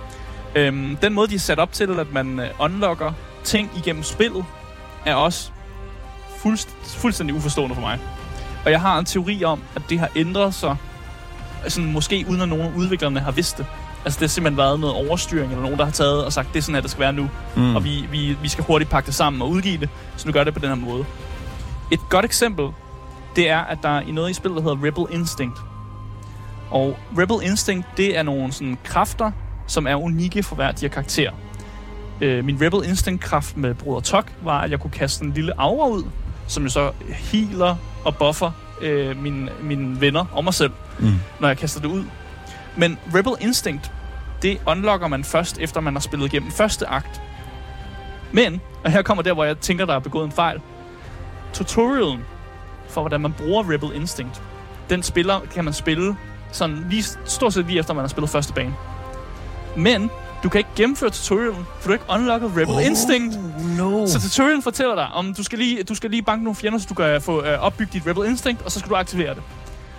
den måde, de er sat op til, at man unlocker ting igennem spillet, er også fuldstændig uforstående for mig. Og jeg har en teori om, at det har ændret sig, sådan, måske uden at nogen af udviklerne har vidst det. Altså, det har simpelthen været noget overstyring, eller nogen, der har taget og sagt, det er sådan, at det skal være nu. Og vi skal hurtigt pakke det sammen og udgive det, så nu gør det på den her måde. Et godt eksempel, det er, at der er noget i spillet, der hedder Rebel Instinct. Og Rebel Instinct, det er nogle sådan kræfter, som er unikke for hver de her karakterer. Min Rebel Instinct-kraft med Broder Tok var, at jeg kunne kaste en lille aura ud, som jo så healer og buffer mine venner og mig selv, når jeg kaster det ud. Men Rebel Instinct, det unlocker man først, efter man har spillet igennem første akt. Men, og her kommer der, hvor jeg tænker, der er begået en fejl. Tutorialen for, hvordan man bruger Rebel Instinct, den kan man spille sådan stort set lige efter, man har spillet første bane. Men du kan ikke gennemføre tutorialen, for du har ikke unlocket Rebel Instinct. No. Så tutorialen fortæller dig, om du skal lige banke nogle fjender, så du kan få opbygget dit Rebel Instinct, og så skal du aktivere det.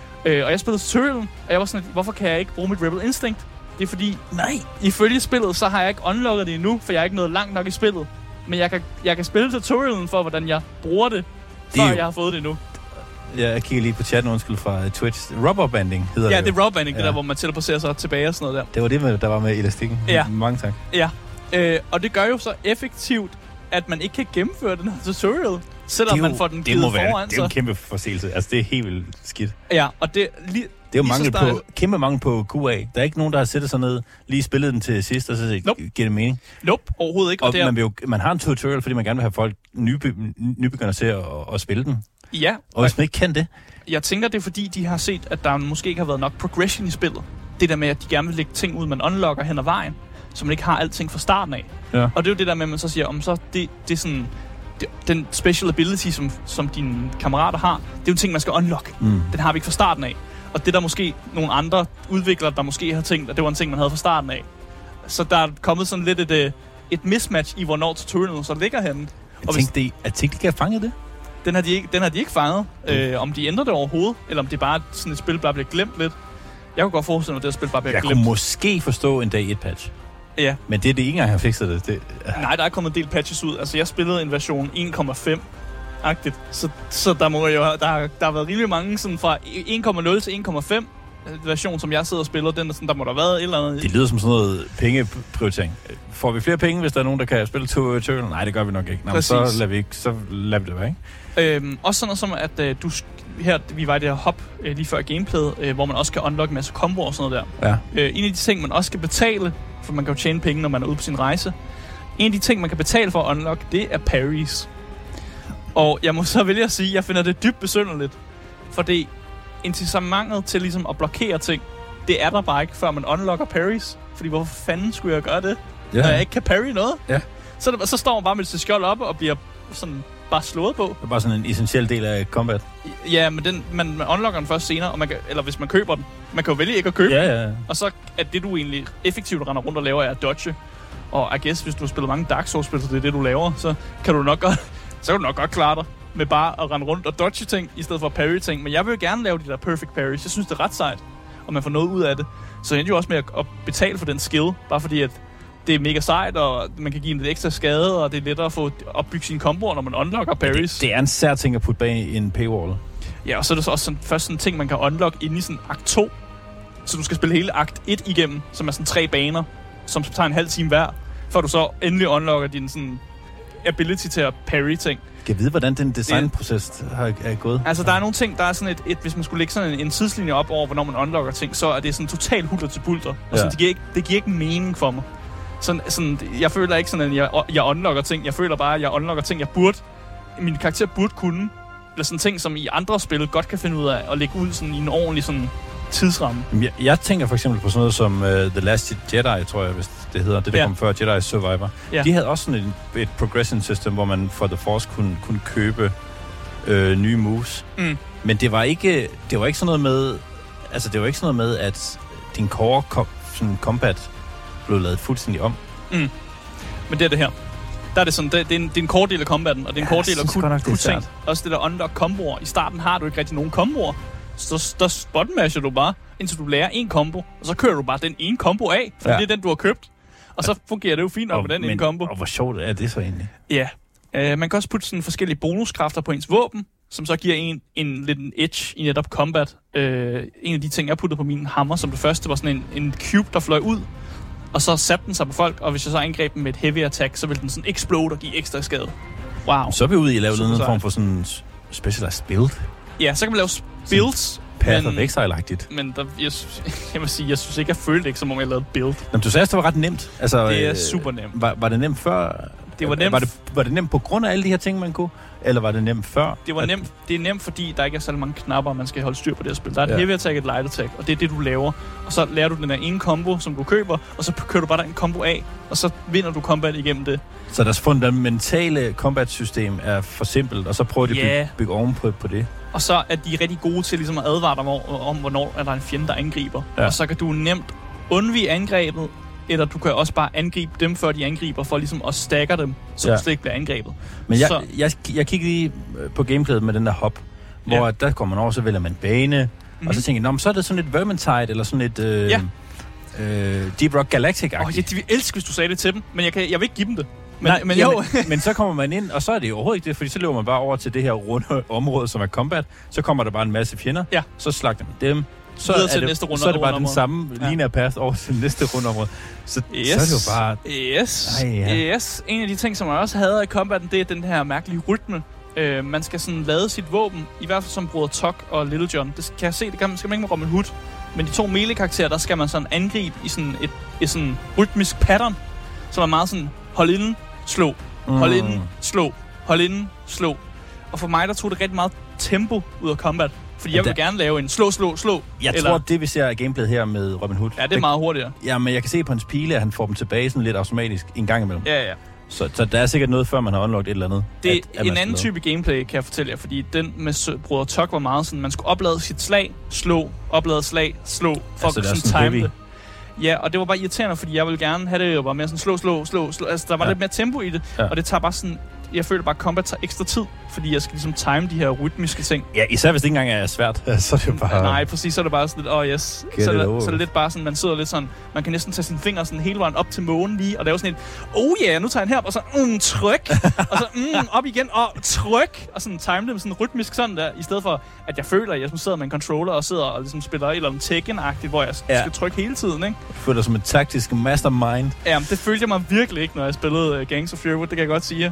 Og jeg spillede tutorialen, og jeg var sådan, hvorfor kan jeg ikke bruge mit Rebel Instinct? Det er fordi, ifølge spillet, så har jeg ikke unlocket det endnu, for jeg er ikke nået langt nok i spillet. Men jeg kan spille tutorialen for, hvordan jeg bruger det, før jeg har fået det nu. Jeg kigger lige på chatten, undskyld, fra Twitch. Rubberbanding hedder det. Ja, det er rubberbanding, det der, hvor man teleporterer sig tilbage og sådan noget der. Det var det, der var med elastikken. Ja. Mange tak. Ja, og det gør jo så effektivt, at man ikke kan gennemføre den her tutorial, selvom man får den givet foran sig. Det er jo en kæmpe forseelse. Altså, det er helt vildt skidt. Ja, og det er jo kæmpe mangel på QA. Der er ikke nogen, der har sættet sig ned, lige spillet den til sidst, og så giver det mening. Nope, overhovedet ikke. Og man har en tutorial, fordi man gerne vil have folk nybegynder til at spille den. Ja. Og hvis man ikke kan det... Jeg tænker, det er fordi, de har set, at der måske ikke har været nok progression i spillet. Det der med, at de gerne vil lægge ting ud, man unlocker hen ad vejen, så man ikke har alting fra starten af. Ja. Og det er jo det der med, at man så siger, så det er sådan... Den special ability, som dine kammerater har, det er jo en ting, man skal unlock. Den har vi ikke fra starten af. Og det er der måske nogle andre udviklere, der måske har tænkt, at det var en ting, man havde fra starten af. Så der er kommet sådan lidt et mismatch i, hvornår tutorialen så ligger henne. Jeg tænkte, de ikke har fanget det? Den har de ikke fanget. Om de ændrer det overhovedet, eller om det bare sådan et spil bare bliver glemt lidt. Jeg kunne godt forestille mig, at det her spil bare bliver glemt. Jeg kunne måske forstå en dag et patch. Ja. Men det er det ikke engang, har fikset det. Nej, der er kommet en del patches ud. Altså, jeg spillede en version 1,5-agtigt. Så der må jo der har været rimelig mange sådan fra 1,0 til 1,5 version, som jeg sidder og spiller. Den er sådan, der må der have været et eller andet. Det lyder som sådan noget pengeprioritering. Får vi flere penge, hvis der er nogen, der kan spille tutorial? Nej, det gør vi nok ikke. Nå, så lader vi det være, ikke? Også sådan noget som, at vi var i det her hop lige før gameplayet, hvor man også kan unlock en masse combo og sådan noget der. Ja. En af de ting, man også skal betale, for man kan jo tjene penge, når man er ude på sin rejse. En af de ting, man kan betale for at unlock, det er parries. Og jeg må så vælge at sige, at jeg finder det dybt besynderligt. For det incitamentet til ligesom at blokere ting, det er der bare ikke, før man unlocker parries. Fordi hvorfor fanden skulle jeg gøre det, når jeg ikke kan parry noget? Ja. Så står man bare med sit skjold op og bliver sådan bare slået på. Det er bare sådan en essentiel del af combat. Ja, men man unlocker den først senere, og eller hvis man køber den. Man kan jo vælge ikke at købe den. Og så er det, du egentlig effektivt render rundt og laver, er at dodge. Og I guess, hvis du har spillet mange Dark Souls-spil, så det er det, du laver, så kan du nok godt klare dig med bare at rende rundt og dodge ting, i stedet for parry ting. Men jeg vil jo gerne lave de der perfect parries. Jeg synes, det er ret sejt, og man får noget ud af det. Så jeg endte jo også med at betale for den skill, bare fordi at det er mega sejt, og man kan give en lidt ekstra skade, og det er lettere at få opbygge sine komboer, når man unlocker parries. Det er en sær ting at putte bag en paywall. Ja, og så er det så også først sådan en ting, man kan unlock inde i sådan akt 2. Så du skal spille hele akt 1 igennem, som er sådan 3 baner, som tager en halv time hver, før du så endelig unlocker din sådan ability til at parry ting. Kan jeg vide, hvordan den designproces er gået? Altså, der er nogle ting, der er sådan hvis man skulle lægge sådan en tidslinje op over, hvornår man unlocker ting, så er det sådan totalt hulter til bulter. Og sådan, det giver ikke mening for mig. Sådan, jeg føler ikke sådan, at jeg unlocker ting. Jeg føler bare, at jeg unlocker ting, min karakter burde kunne. Eller sådan ting, som i andre spil godt kan finde ud af at lægge ud sådan i en ordentlig sådan tidsramme. Jeg tænker for eksempel på sådan noget som The Last Jedi, tror jeg, hvis det hedder. Det, der kom før, Jedi Survivor. Ja. De havde også sådan et progression system, hvor man for The Force kunne købe nye moves. Mm. Men det var ikke sådan noget med... Altså, det var ikke sådan noget med, at din core combat blev lavet fuldstændig om. Mm. Men det er det her. Der er det sådan, det er en kort del af combaten, og det er en kort del af kunne ting. Også det der unlock komboer. I starten har du ikke rigtig nogen komboer. Så spotmasher du bare, indtil du lærer en kombo, og så kører du bare den ene kombo af, for det er den, du har købt. Og så fungerer det jo fint op med den ene kombo. Og hvor sjovt er det så egentlig? Ja. Man kan også putte sådan forskellige bonuskræfter på ens våben, som så giver en lidt en edge i netop combat. En af de ting, jeg puttede på min hammer som det første, var sådan en cube, der fløj ud, og så satte den sig på folk, og hvis jeg så angreb den med et heavy attack, så ville den sådan explode og give ekstra skade. Wow. Så er vi ude i at lave en form for sådan specialized build. Ja, så kan man lave builds. Path of Exile-agtigt. Men jeg må sige, jeg synes ikke, jeg følte ikke, som om jeg lavede build. Jamen, du sagde, at det var ret nemt. Altså, det er super nemt. Var det nemt før? Det var nemt. Var det nemt på grund af alle de her ting, man kunne? Eller var det nemt før? Det var nemt. Det er nemt, fordi der ikke er så mange knapper, man skal holde styr på det her spil. Der er et heavy attack, et light attack, og det er det, du laver. Og så lærer du den der ene combo, som du køber, og så kører du bare den combo af, og så vinder du combat igennem det. Så deres fundamentale combat-system er for simpelt, og så prøver de at bygge ovenpå på det. Og så er de rigtig gode til ligesom at advare dig om, hvornår er der en fjende, der angriber. Ja. Og så kan du nemt undvige angrebet, eller du kan også bare angribe dem, før de angriber, for ligesom at stagge dem, så du slet ikke bliver angrebet. Men jeg kiggede lige på gameplayet med den der hop, hvor der kommer man over, så vælger man bane, og så tænker jeg, så er det sådan et Vermintide, eller sådan et Deep Rock Galactic-agtigt. Jeg vil elske, hvis du sagde det til dem, men jeg vil ikke give dem det. Men så kommer man ind, og så er det jo overhovedet ikke det, fordi så løber man bare over til det her runde område, som er combat. Så kommer der bare en masse fjender, så slagter man dem. Så er det bare den samme linear path over til næste rundeområde. Så er det jo bare... Yes. En af de ting, som jeg også havde i combaten, det er den her mærkelige rytme. Man skal sådan lade sit våben, i hvert fald som Broder Tuck og Little John. Det kan jeg se, det skal man ikke med Robin Hood. Men de to melee-karakterer, der skal man sådan angribe i sådan et sådan rytmisk pattern, som er meget sådan, hold inden, slå, hold inden, slå, hold inden, slå. Og for mig, der tog det rigtig meget tempo ud af combat. Fordi jeg vil gerne lave en slå. Jeg tror, det vi ser af gameplayet her med Robin Hood... Ja, det er meget hurtigere. Ja, men jeg kan se på hans pile, at han får dem tilbage sådan lidt automatisk en gang imellem. Ja. Så der er sikkert noget, før man har unlocket et eller andet. Det er en anden type gameplay, kan jeg fortælle jer. Fordi den med Broder Tuck var meget sådan, man skulle oplade sit slag, slå, oplade slag, slå, for at sådan time det. Ja, og det var bare irriterende, fordi jeg ville gerne have det jo bare mere sådan slå. Altså, der var lidt mere tempo i det, og det tager bare sådan... Jeg føler bare, at combat tager ekstra tid, fordi jeg skal ligesom time de her rytmiske ting. Ja, især hvis det ikke engang er svært, så er det jo bare... Nej, præcis, så er det bare sådan lidt, yes. Så er det lidt bare sådan, man sidder lidt sådan, man kan næsten tage sine fingre sådan hele vejen op til månen lige, og lave sådan et, nu tager jeg den her, og så, tryk, og så, op igen, og tryk, og sådan time det med sådan rytmisk sådan der, i stedet for, at jeg føler, at jeg sidder med en controller og sidder og ligesom spiller et eller andet Tekken-agtigt, hvor jeg skal trykke hele tiden, ikke? Du føler dig som en taktisk mastermind. Ja, det følte jeg mig virkelig ikke, når jeg spillede Gangs of Fury, det kan jeg godt sige.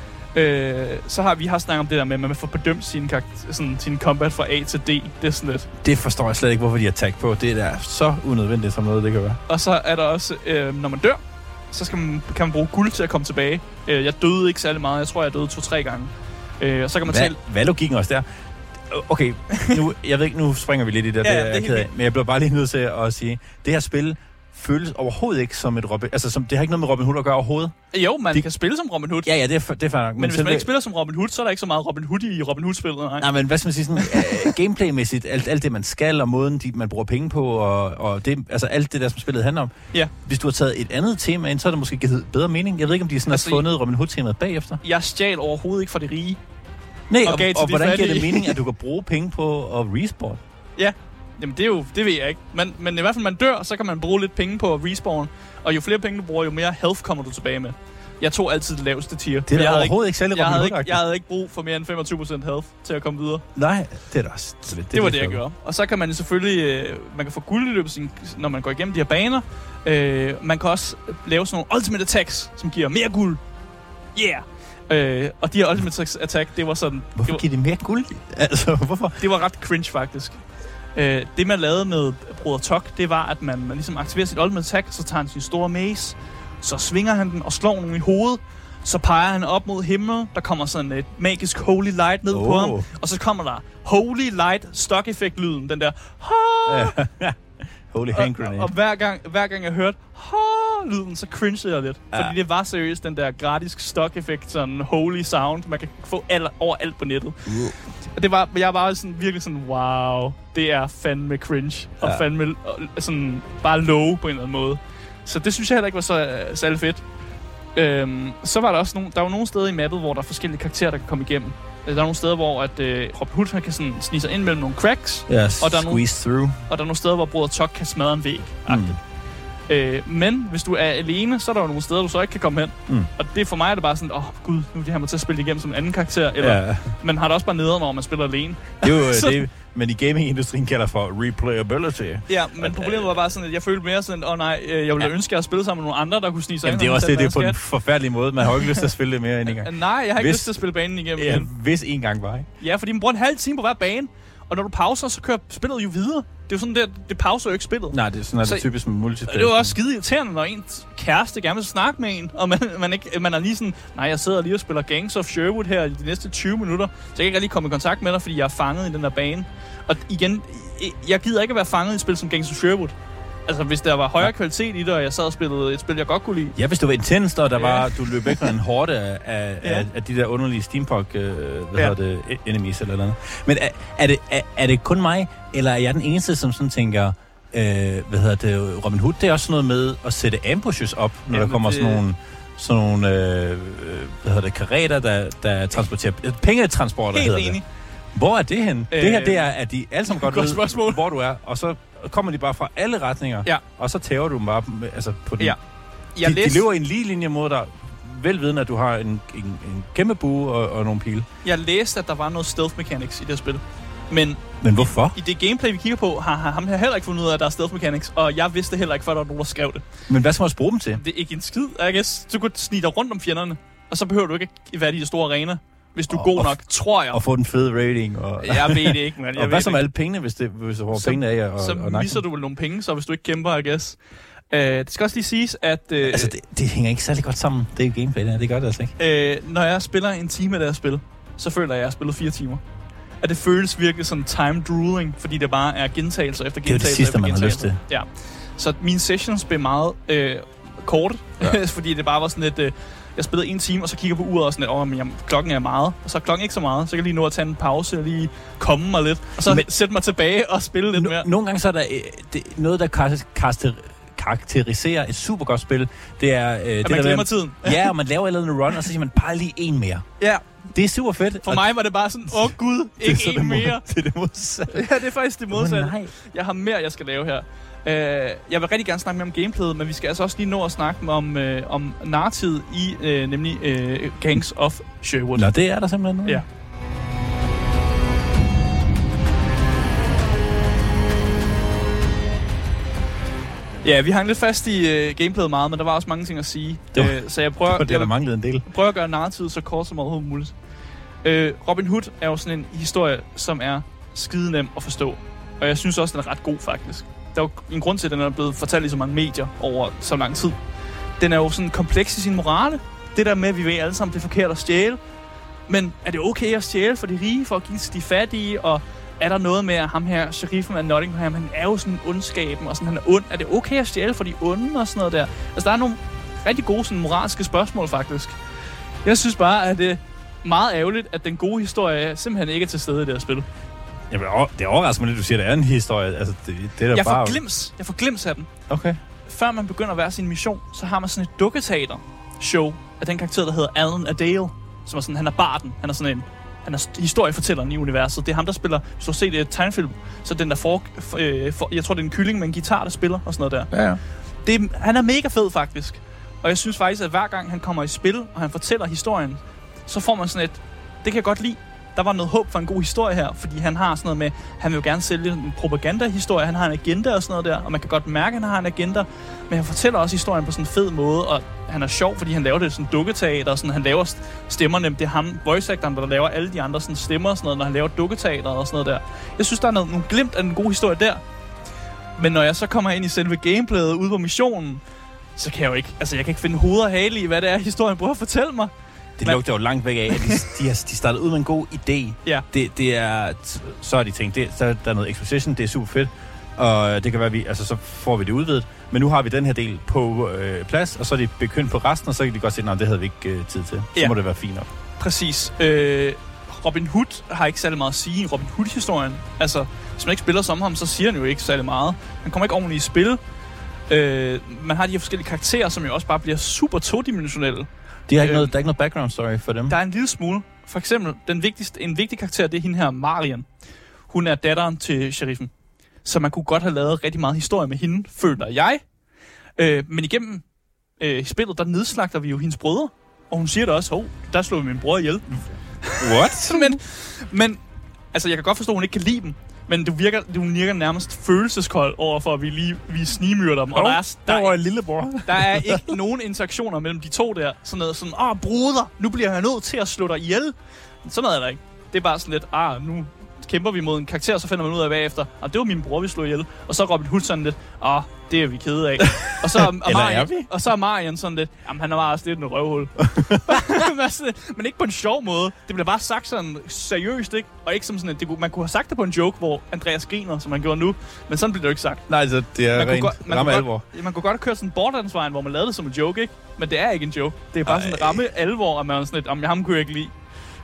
Så har vi snakket om det der med, at man får bedømt sin combat fra A til D. Det er sådan lidt. Det forstår jeg slet ikke, hvorfor de har tag på. Det er så unødvendigt, som noget det kan være. Og så er der også, når man dør, så kan man bruge guld til at komme tilbage. Jeg døde ikke særlig meget. Jeg tror, jeg døde 2-3 gange. Og så kan man hvad er logikken også der? Okay, jeg ved ikke, nu springer vi lidt i det. Det er jeg ked af. Men jeg bliver bare lige nødt til at sige, det her spil føles overhovedet ikke som et Robin... Altså, det har ikke noget med Robin Hood at gøre overhovedet. Jo, man kan spille som Robin Hood. Ja, det er fair nok. Men hvis man ikke spiller som Robin Hood, så er der ikke så meget Robin Hood i Robin Hood-spillet. Nej, men hvad skal man sige sådan... gameplaymæssigt, alt det, man skal, og måden, man bruger penge på, og det, altså alt det der, som spillet handler om. Ja. Hvis du har taget et andet tema ind, så er det måske givet bedre mening. Jeg ved ikke, om de sådan har fundet Robin Hood-temaet bagefter. Jeg stjal overhovedet ikke fra de rige. Nej, og hvordan giver det mening, at du kan bruge penge på at respawn? Ja. Jamen det ved jeg ikke. Men i hvert fald, man dør, så kan man bruge lidt penge på at respawn. Og jo flere penge du bruger, jo mere health kommer du tilbage med. Jeg tog altid det laveste tier. Det er overhovedet ikke særlig Robin Hood-agtigt. Jeg havde ikke brug for mere end 25% health til at komme videre. Nej, det er da også... Det var det, jeg gjorde. Og så kan man selvfølgelig... man kan få guld i løbet, når man går igennem de her baner. Man kan også lave sådan nogle ultimate attacks, som giver mere guld. Yeah! Og de her ultimate attack, det var sådan... Hvorfor giver de mere guld? Altså, hvorfor? Det var ret cringe, faktisk. Det, man lavede med Broder Tok, det var, at man ligesom aktiverer sit ultimate attack, så tager han sin store mace, så svinger han den og slår nogen i hovedet, så peger han op mod himlen, der kommer sådan et magisk holy light ned på ham, og så kommer der holy light stock effect lyden, den der holy hand grenade. Og hver gang jeg hørte lyden, så cringede jeg lidt, fordi det var seriøst den der gratis stock effect, sådan holy sound, man kan få overalt på nettet. Og jeg var sådan virkelig sådan, wow, det er fandme cringe, og fandme sådan bare low på en eller anden måde. Så det synes jeg heller ikke var så særlig fedt. Så var der også der var nogle steder i mappet, hvor der er forskellige karakterer, der kan komme igennem. Der er nogle steder, hvor at Robin Hood kan sådan snige sig ind mellem nogle cracks, og der er nogle steder, hvor Broder Tok kan smadre en væg. Men hvis du er alene, så er der jo nogle steder, du så ikke kan komme hen. Og det for mig er det bare sådan, gud, nu er det her med til at spille igennem som en anden karakter. Eller man har det også bare nederen, når man spiller alene. Det er jo det, men i gaming-industrien kalder for replayability. Ja, men problemet var bare sådan, at jeg følte mere sådan, jeg ville ønske, at jeg spillede sammen med nogle andre, der kunne snige sig ind. Det er også det er på en forfærdelig måde. Man har jo ikke lyst til at spille det mere end en gang. Nej, jeg har ikke lyst til at spille banen igennem igen. Hvis en gang var, ikke? Ja, fordi man bruger en halv time på hver bane. Og når du pauser, så kører spillet jo videre. Det er jo sådan der, det pauser jo ikke spillet. Nej, det er sådan, det typisk med multiplayer. Det er jo også skide irriterende, når ens kæreste gerne vil snakke med en, og man er lige sådan, nej, jeg sidder lige og spiller Gangs of Sherwood her i de næste 20 minutter, så jeg kan ikke rigtig komme i kontakt med dig, fordi jeg er fanget i den der bane. Og igen, jeg gider ikke at være fanget i et spil som Gangs of Sherwood. Altså, hvis der var højere kvalitet i det, og jeg sad og spillede et spil, jeg godt kunne lide. Ja, hvis du var intens, og du løb ikke med en horde af de der underlige steampunk enemies eller noget. Men er det kun mig, eller er jeg den eneste, som sådan tænker, Robin Hood, det er også noget med at sætte ambushes op, når der kommer sådan nogle karreter, der transporterer pengetransporter, hedder det. Helt enig. Hvor er det hen? Det her, det er, at de alle sammen godt ved, hvor du er, og så kommer de bare fra alle retninger, og så tæver du dem bare på den. Ja. De løber i en lige linje mod dig, velvidende, at du har en kæmpe bue og nogle pile. Jeg læste, at der var noget stealth mechanics i det spil. Men hvorfor? I det gameplay, vi kigger på, har ham her heller ikke fundet ud af, at der er stealth mechanics, og jeg vidste heller ikke, før der var nogen, der skrev det. Men hvad skal man også bruge dem til? Det er ikke en skid, I guess. Du kan snige dig rundt om fjenderne, og så behøver du ikke være i de store arena, hvis du er god nok, tror jeg. Og få den fede rating. Jeg ved det ikke, man. Og hvad som alle pengene, hvis du får pengene af og så misser du vel nogle penge, så hvis du ikke kæmper, I guess. Det skal også lige siges, at... det hænger ikke særlig godt sammen. Det er jo gameplay, det gør det altså ikke. Når jeg spiller en time af det her spil, så føler jeg, at jeg har spillet 4 timer. At det føles virkelig sådan time drooling, fordi det bare er gentagelser efter gentagelser. Det er det sidste, man har lyst til. Ja. Så mine sessions blev meget korte, fordi det bare var sådan lidt... jeg spillede 1 time, og så kigger på uret og sådan lidt, klokken er meget. Og så er klokken ikke så meget, så kan jeg lige nå at tage en pause og lige komme mig lidt. Og så sætte mig tilbage og spille lidt mere. Nogle gange så er der noget, der karakteriserer et super godt spil. Det er... at man glemmer tiden. Ja, og man laver et eller andet run, og så siger man bare lige en mere. Ja. Det er super fedt. For mig var det bare sådan, gud, ikke en mere. Det er det modsatte. Ja, det er faktisk det modsatte. Jeg har mere, jeg skal lave her. Jeg vil rigtig gerne snakke mere om gameplayet, men vi skal altså også lige nå at snakke om narrativet i nemlig Gangs of Sherwood. Nå, det er der simpelthen nu. Ja. Ja, vi hang lidt fast i gameplayet meget, men der var også mange ting at sige. Så jeg prøver at gøre narrativet så kort som overhovedet muligt. Robin Hood er jo sådan en historie, som er skide nem at forstå. Og jeg synes også, den er ret god, faktisk. Der er jo en grund til, at den er blevet fortalt i så mange medier over så lang tid. Den er jo sådan kompleks i sin morale. Det der med, at vi ved alle sammen, det er forkert at stjæle. Men er det okay at stjæle for de rige, for at give til de fattige? Og er der noget med, at ham her, sheriffen af Nottingham, han er jo sådan ondskaben, og sådan, han er ond. Er det okay at stjæle for de onde og sådan noget der? Altså, der er nogle rigtig gode sådan, moralske spørgsmål, faktisk. Jeg synes bare, at det er meget ærgerligt, at den gode historie simpelthen ikke er til stede i det her spil. Jamen, det overrasker mig lidt, du siger, at det er en historie. Altså, det er jeg bare... får glimt af den. Okay. Før man begynder at være sin mission, så har man sådan et dukketeater-show af den karakter, der hedder Alan Adale, som er sådan, han er barden. Han er historiefortælleren i universet. Det er ham, der spiller, hvis du har set et tegnefilm, så den der jeg tror, det er en kylling med en guitar, der spiller og sådan noget der. Ja. Han er mega fed, faktisk. Og jeg synes faktisk, at hver gang han kommer i spil, og han fortæller historien, så får man sådan et, det kan jeg godt lide. Der var noget håb for en god historie her, fordi han har sådan noget med, han vil jo gerne sælge en propagandahistorie, han har en agenda og sådan noget der, og man kan godt mærke, at han har en agenda, men han fortæller også historien på sådan en fed måde, og han er sjov, fordi han laver det sådan dukketeater, og sådan, han laver stemmerne, det er ham, voice actoren, der laver alle de andre sådan stemmer og sådan noget, når han laver dukketeater og sådan noget der. Jeg synes, der er nogle glimt af en god historie der, men når jeg så kommer ind i selve gameplayet ude på missionen, så kan jeg jo ikke, altså jeg kan ikke finde hoved og hale i, hvad det er, historien prøver at fortælle mig. Det lugter jo langt væk af, at de startede ud med en god idé. Ja. Det er, så har de tænkt, der er noget exposition, det er super fedt, og det kan være, så får vi det udvidet. Men nu har vi den her del på plads, og så er de begyndt på resten, og så kan de godt se, at det havde vi ikke tid til. Så må det være fint nok. Præcis. Robin Hood har ikke særlig meget at sige i Robin Hood-historien. Altså, hvis man ikke spiller som ham, så siger han jo ikke særlig meget. Han kommer ikke ordentligt i spil. Man har de her forskellige karakterer, som jo også bare bliver super todimensionelle. Der er ikke noget background story for dem? Der er en lille smule. For eksempel, en vigtig karakter, det er hende her, Marian. Hun er datteren til sheriffen. Så man kunne godt have lavet rigtig meget historie med hende, føler jeg. Men igennem spillet, der nedslagter vi jo hendes brødre. Og hun siger det også, der slog min bror ihjel. What? men altså, jeg kan godt forstå, at hun ikke kan lide dem. Men det virker nærmest følelseskold overfor, at vi snigmyrder dem. Og der var en lillebror. Der er ikke nogen interaktioner mellem de to der. Sådan noget sådan, broder, nu bliver jeg nødt til at slå dig ihjel. Sådan noget er der ikke. Det er bare sådan lidt, nu kæmper vi mod en karakter, så finder man ud af bagefter. Det var min bror, vi slog ihjel. Og så Robin Hood sådan lidt, det er vi kede af. Og så er Marian sådan lidt, jamen han er bare også lidt en røvhul. Men ikke på en sjov måde. Det bliver bare sagt sådan seriøst, ikke? Og ikke som sådan, man kunne have sagt det på en joke, hvor Andreas griner, som han gjorde nu. Men sådan bliver det jo ikke sagt. Nej, så det er rent ramme alvor. Man kunne godt have kørt sådan Borderlands-vejen, hvor man lavede det som en joke, ikke? Men det er ikke en joke. Det er bare sådan ramme alvor, at man er sådan lidt, ham kunne jeg ikke lide.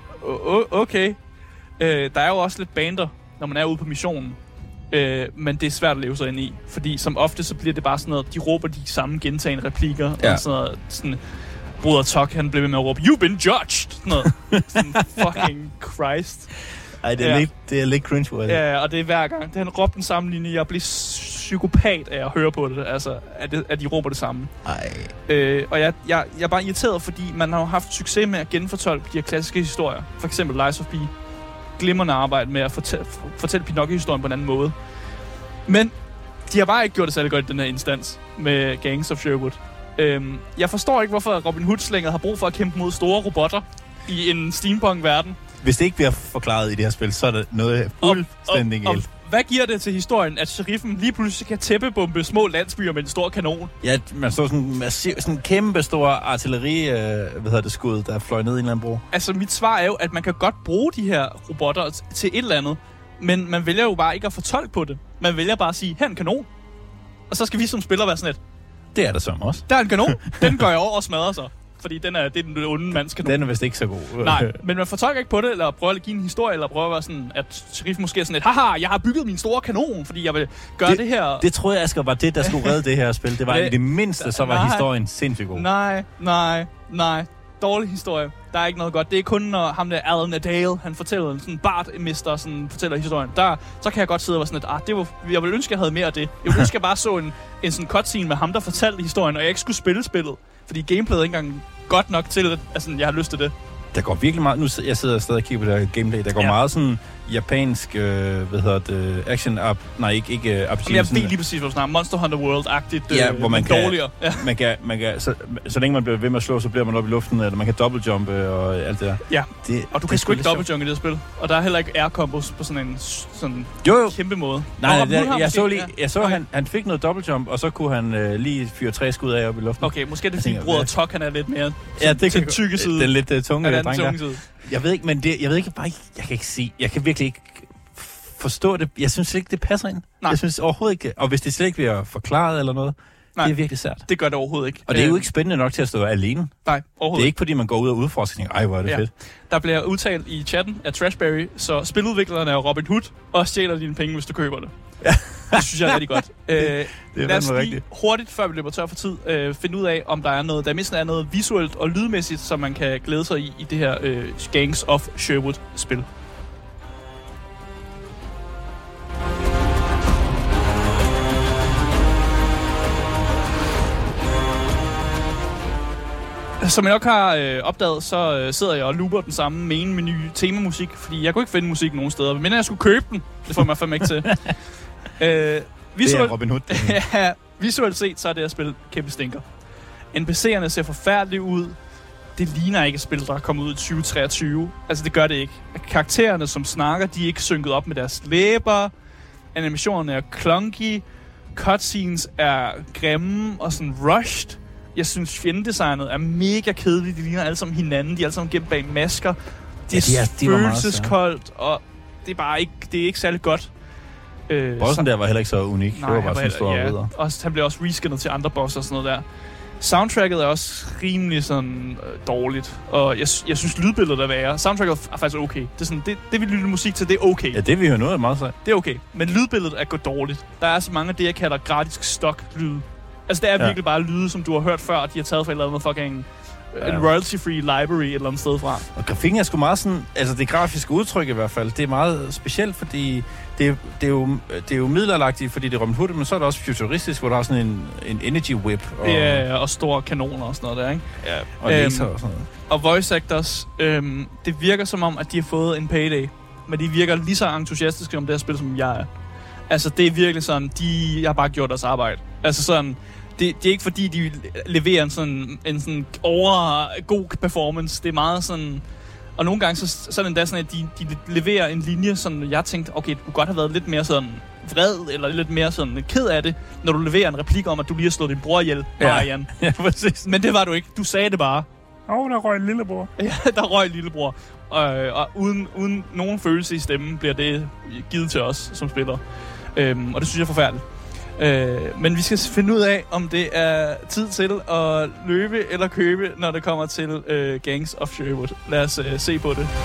Okay. Der er jo også lidt bander, når man er ude på missionen. Men det er svært at leve sig ind i. Fordi som ofte, så bliver det bare sådan noget, de råber de samme gentagende replikker. Ja. Og sådan noget, sådan, Bruder Tuck, han blev ved med at råbe, you've been judged! Sådan noget. Sådan, fucking Christ. Ej, det er lidt cringe-worthy. Ja, og det er hver gang. Det han råbt den samme linje. Jeg bliver psykopat af at høre på det. Altså, at de råber det samme. Og jeg er bare irriteret, fordi man har jo haft succes med at genfortolke de her klassiske historier. For eksempel Lies of P. Glimrende arbejde med at fortælle Pinocchio-historien på en anden måde. Men de har bare ikke gjort det særlig godt i den her instans med Gangs of Sherwood. Jeg forstår ikke, hvorfor Robin Hood-slænget har brug for at kæmpe mod store robotter i en steampunk-verden. Hvis det ikke bliver forklaret i det her spil, så er det noget fuldstændig galt. Hvad giver det til historien, at sheriffen lige pludselig kan tæppebombe små landsbyer med en stor kanon? Ja, man så sådan en kæmpe stor artilleri, skud, der fløj ned i en eller anden bro. Altså, mit svar er jo, at man kan godt bruge de her robotter til et eller andet, men man vælger jo bare ikke at fortolke på det. Man vælger bare at sige, her er en kanon. Og så skal vi som spillere være sådan et. Det er der som også. Der er en kanon. Den går jeg over og smadrer sig. Fordi det er den onde mandskanon. Den er vist ikke så god. Nej, men man fortolker ikke på det, eller prøver at give en historie, eller prøver at være sådan, at sheriff måske er sådan et, haha, jeg har bygget min store kanon, fordi jeg vil gøre det her. Det tror jeg, Asger, var det, der skulle redde det her spil. Det var i det mindste, så var historien sindssygt god. Nej. Dårlig historie. Der er ikke noget godt. Det er kun, når ham der Alan Adale, han fortæller, sådan Bart-mister, sådan fortæller historien. Så kan jeg godt sidde og være sådan et, jeg ville ønske, jeg havde mere af det. Jeg ville ønske, jeg bare så en sådan cutscene med ham, der fortalte historien, og jeg ikke skulle spille spillet. Fordi gameplayet er ikke engang godt nok til, at jeg har lyst til det. Der går virkelig meget. Nu jeg sidder stadig og kigger på det her gameplay. Der går meget sådan japansk, action up. Nej, ikke RPG. Jeg ved lige præcis, hvad du snakker. Monster Hunter World-agtigt. Hvor man dårligere. Man kan så længe man bliver ved med at slå, så bliver man op i luften, eller man kan dobbeltjumpe og alt det der. Ja, og du kan sgu ikke dobbeltjumpe i det spil. Og der er heller ikke air combos på sådan en kæmpe måde. Nej, jeg så han fik noget dobbeltjump, og så kunne han lige fyre 3 skud af op i luften. Okay, måske er det fordi Bruder Tuck, han er lidt mere til tykke side. Den lidt tunge dreng der. Jeg ved ikke, men jeg kan ikke sige. Jeg kan virkelig ikke forstå det. Jeg synes ikke, det passer ind. Nej. Jeg synes overhovedet ikke det. Og hvis det slet ikke bliver forklaret eller noget, det er virkelig sært. Det gør det overhovedet ikke. Og det er jo ikke spændende nok til at stå alene. Nej, overhovedet. Det er ikke, fordi man går ud og udforsker og tænker, ej, hvor er det fedt. Der bliver udtalt i chatten af Trashberry, så spiludviklerne er Robin Hood, og stjæler dine penge, hvis du køber det. Ja. Det synes jeg er rigtig godt. Lad os lige hurtigt, før vi løber tør for tid, finde ud af, om der er noget, der mindst er noget visuelt og lydmæssigt, som man kan glæde sig i det her Gangs of Sherwood-spil. Som jeg nok har opdaget, så sidder jeg og looper den samme main-menu temamusik, fordi jeg kunne ikke finde musik nogen steder. Men jeg skulle købe den, det får mig fandme ikke til. Det er Robin Hood. Ja, visuelt set, så er det at spille kæmpe stinker. NPC'erne ser forfærdeligt ud. Det ligner ikke et spil, der er kommet ud i 2023. Altså, det gør det ikke. Karaktererne, som snakker, de er ikke synket op med deres læber. Animationerne er clunky. Cutscenes er grimme og sådan rushed. Jeg synes, fjendedesignet er mega kedeligt. De ligner alle sammen hinanden. De er alle sammen gemt bag masker. Det er følelseskoldt, og det er bare ikke, det er ikke særlig godt. Bossen der var heller ikke så unik. Nej, det var bare sådan stor videre. Og han blev også reskinnet til andre bosser og sådan noget der. Soundtracket er også rimelig sådan dårligt, og jeg synes lydbilledet er værre. Soundtracket er faktisk okay. Det er sådan, det vi lytter musik til, det er okay. Ja, det vi hører noget meget sejt. Det er okay, men lydbilledet er godt dårligt. Der er så mange af det, jeg kalder gratis stock-lyd. Altså, det er virkelig bare lyde, som du har hørt før, de har taget fra et eller andet fucking en royalty-free library et eller andet sted fra. Og grafikken er sgu meget sådan, altså det grafiske udtryk i hvert fald, det er meget specielt, fordi det er jo middelalderagtigt, fordi det er Robin Hood, men så er det også futuristisk, hvor der er sådan en energy whip. Og ja, og store kanoner og sådan noget der, ikke? Ja, og laser og sådan noget. Og voice actors, det virker som om, at de har fået en payday, men de virker lige så entusiastiske om det her spil, som jeg er. Altså, det er virkelig sådan, de har bare gjort deres arbejde. Altså sådan, det er ikke fordi, de leverer en sådan god performance. Det er meget sådan... Og nogle gange så er det endda sådan, at de leverer en linje, sådan jeg tænkte, okay, du kunne godt have været lidt mere sådan vred, eller lidt mere sådan ked af det, når du leverer en replik om, at du lige har slået din bror ihjel, Marian. Ja, præcis. Men det var du ikke. Du sagde det bare. Der røg en lillebror. Ja, der røg en lillebror. Og uden nogen følelse i stemmen, bliver det givet til os som spillere. Og det synes jeg er forfærdeligt. Men vi skal finde ud af, om det er tid til at løbe eller købe, når det kommer til Gangs of Sherwood. Lad os se på det.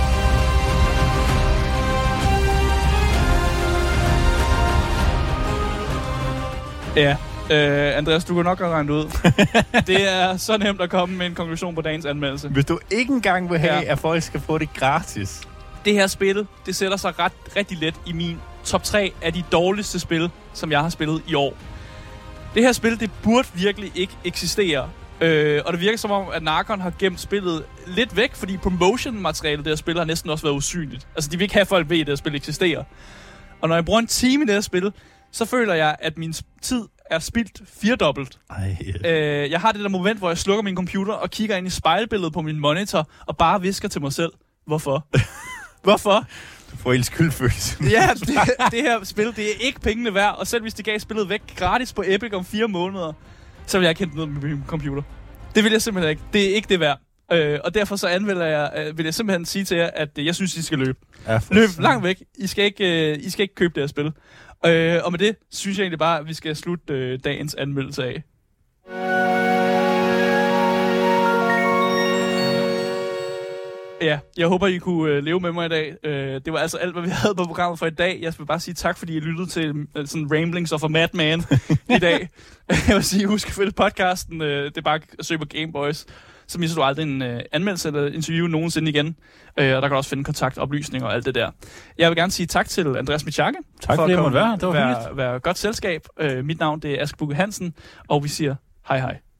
Ja, Andreas, du kan nok have regnet ud. Det er så nemt at komme med en konklusion på dagens anmeldelse. Hvis du ikke engang vil have, at folk skal få det gratis. Det her spil, det sætter sig rigtig let i min top 3 af de dårligste spil, som jeg har spillet i år. Det her spil, det burde virkelig ikke eksistere. Og det virker som om, at Narcon har gemt spillet lidt væk, fordi promotion-materialet det her spil har næsten også været usynligt. Altså, de vil ikke have, at folk ved, at det her spil eksisterer. Og når jeg bruger en time i det her spil, så føler jeg, at min tid er spildt 4-dobbelt. Jeg har det der moment, hvor jeg slukker min computer og kigger ind i spejlbilledet på min monitor og bare visker til mig selv. Hvorfor? Hvorfor? Du får helt skyldfølelse. Ja, det her spil, det er ikke pengene værd, og selv hvis de gav spillet væk gratis på Epic om 4 måneder, så vil jeg ikke hente noget med min computer. Det vil jeg simpelthen ikke. Det er ikke det værd. Og derfor så vil jeg simpelthen sige til jer, at jeg synes, I skal løbe. Ja, løb langt væk. I skal ikke købe det her spil. Og med det synes jeg egentlig bare, at vi skal slutte dagens anmeldelse af. Ja, jeg håber, I kunne leve med mig i dag. Det var altså alt, hvad vi havde på programmet for i dag. Jeg vil bare sige tak, fordi I lyttede til sådan ramblings of a madman i dag. Jeg vil sige, husk at følge podcasten. Det er bare at søge på Gameboys. Så misser du aldrig en anmeldelse eller interview nogensinde igen. Og der kan du også finde kontaktoplysninger og alt det der. Jeg vil gerne sige tak til Andreas Michake. Tak for det, måtte være. Det var være godt selskab. Mit navn det er Aske Bugge Hansen, og vi siger hej hej.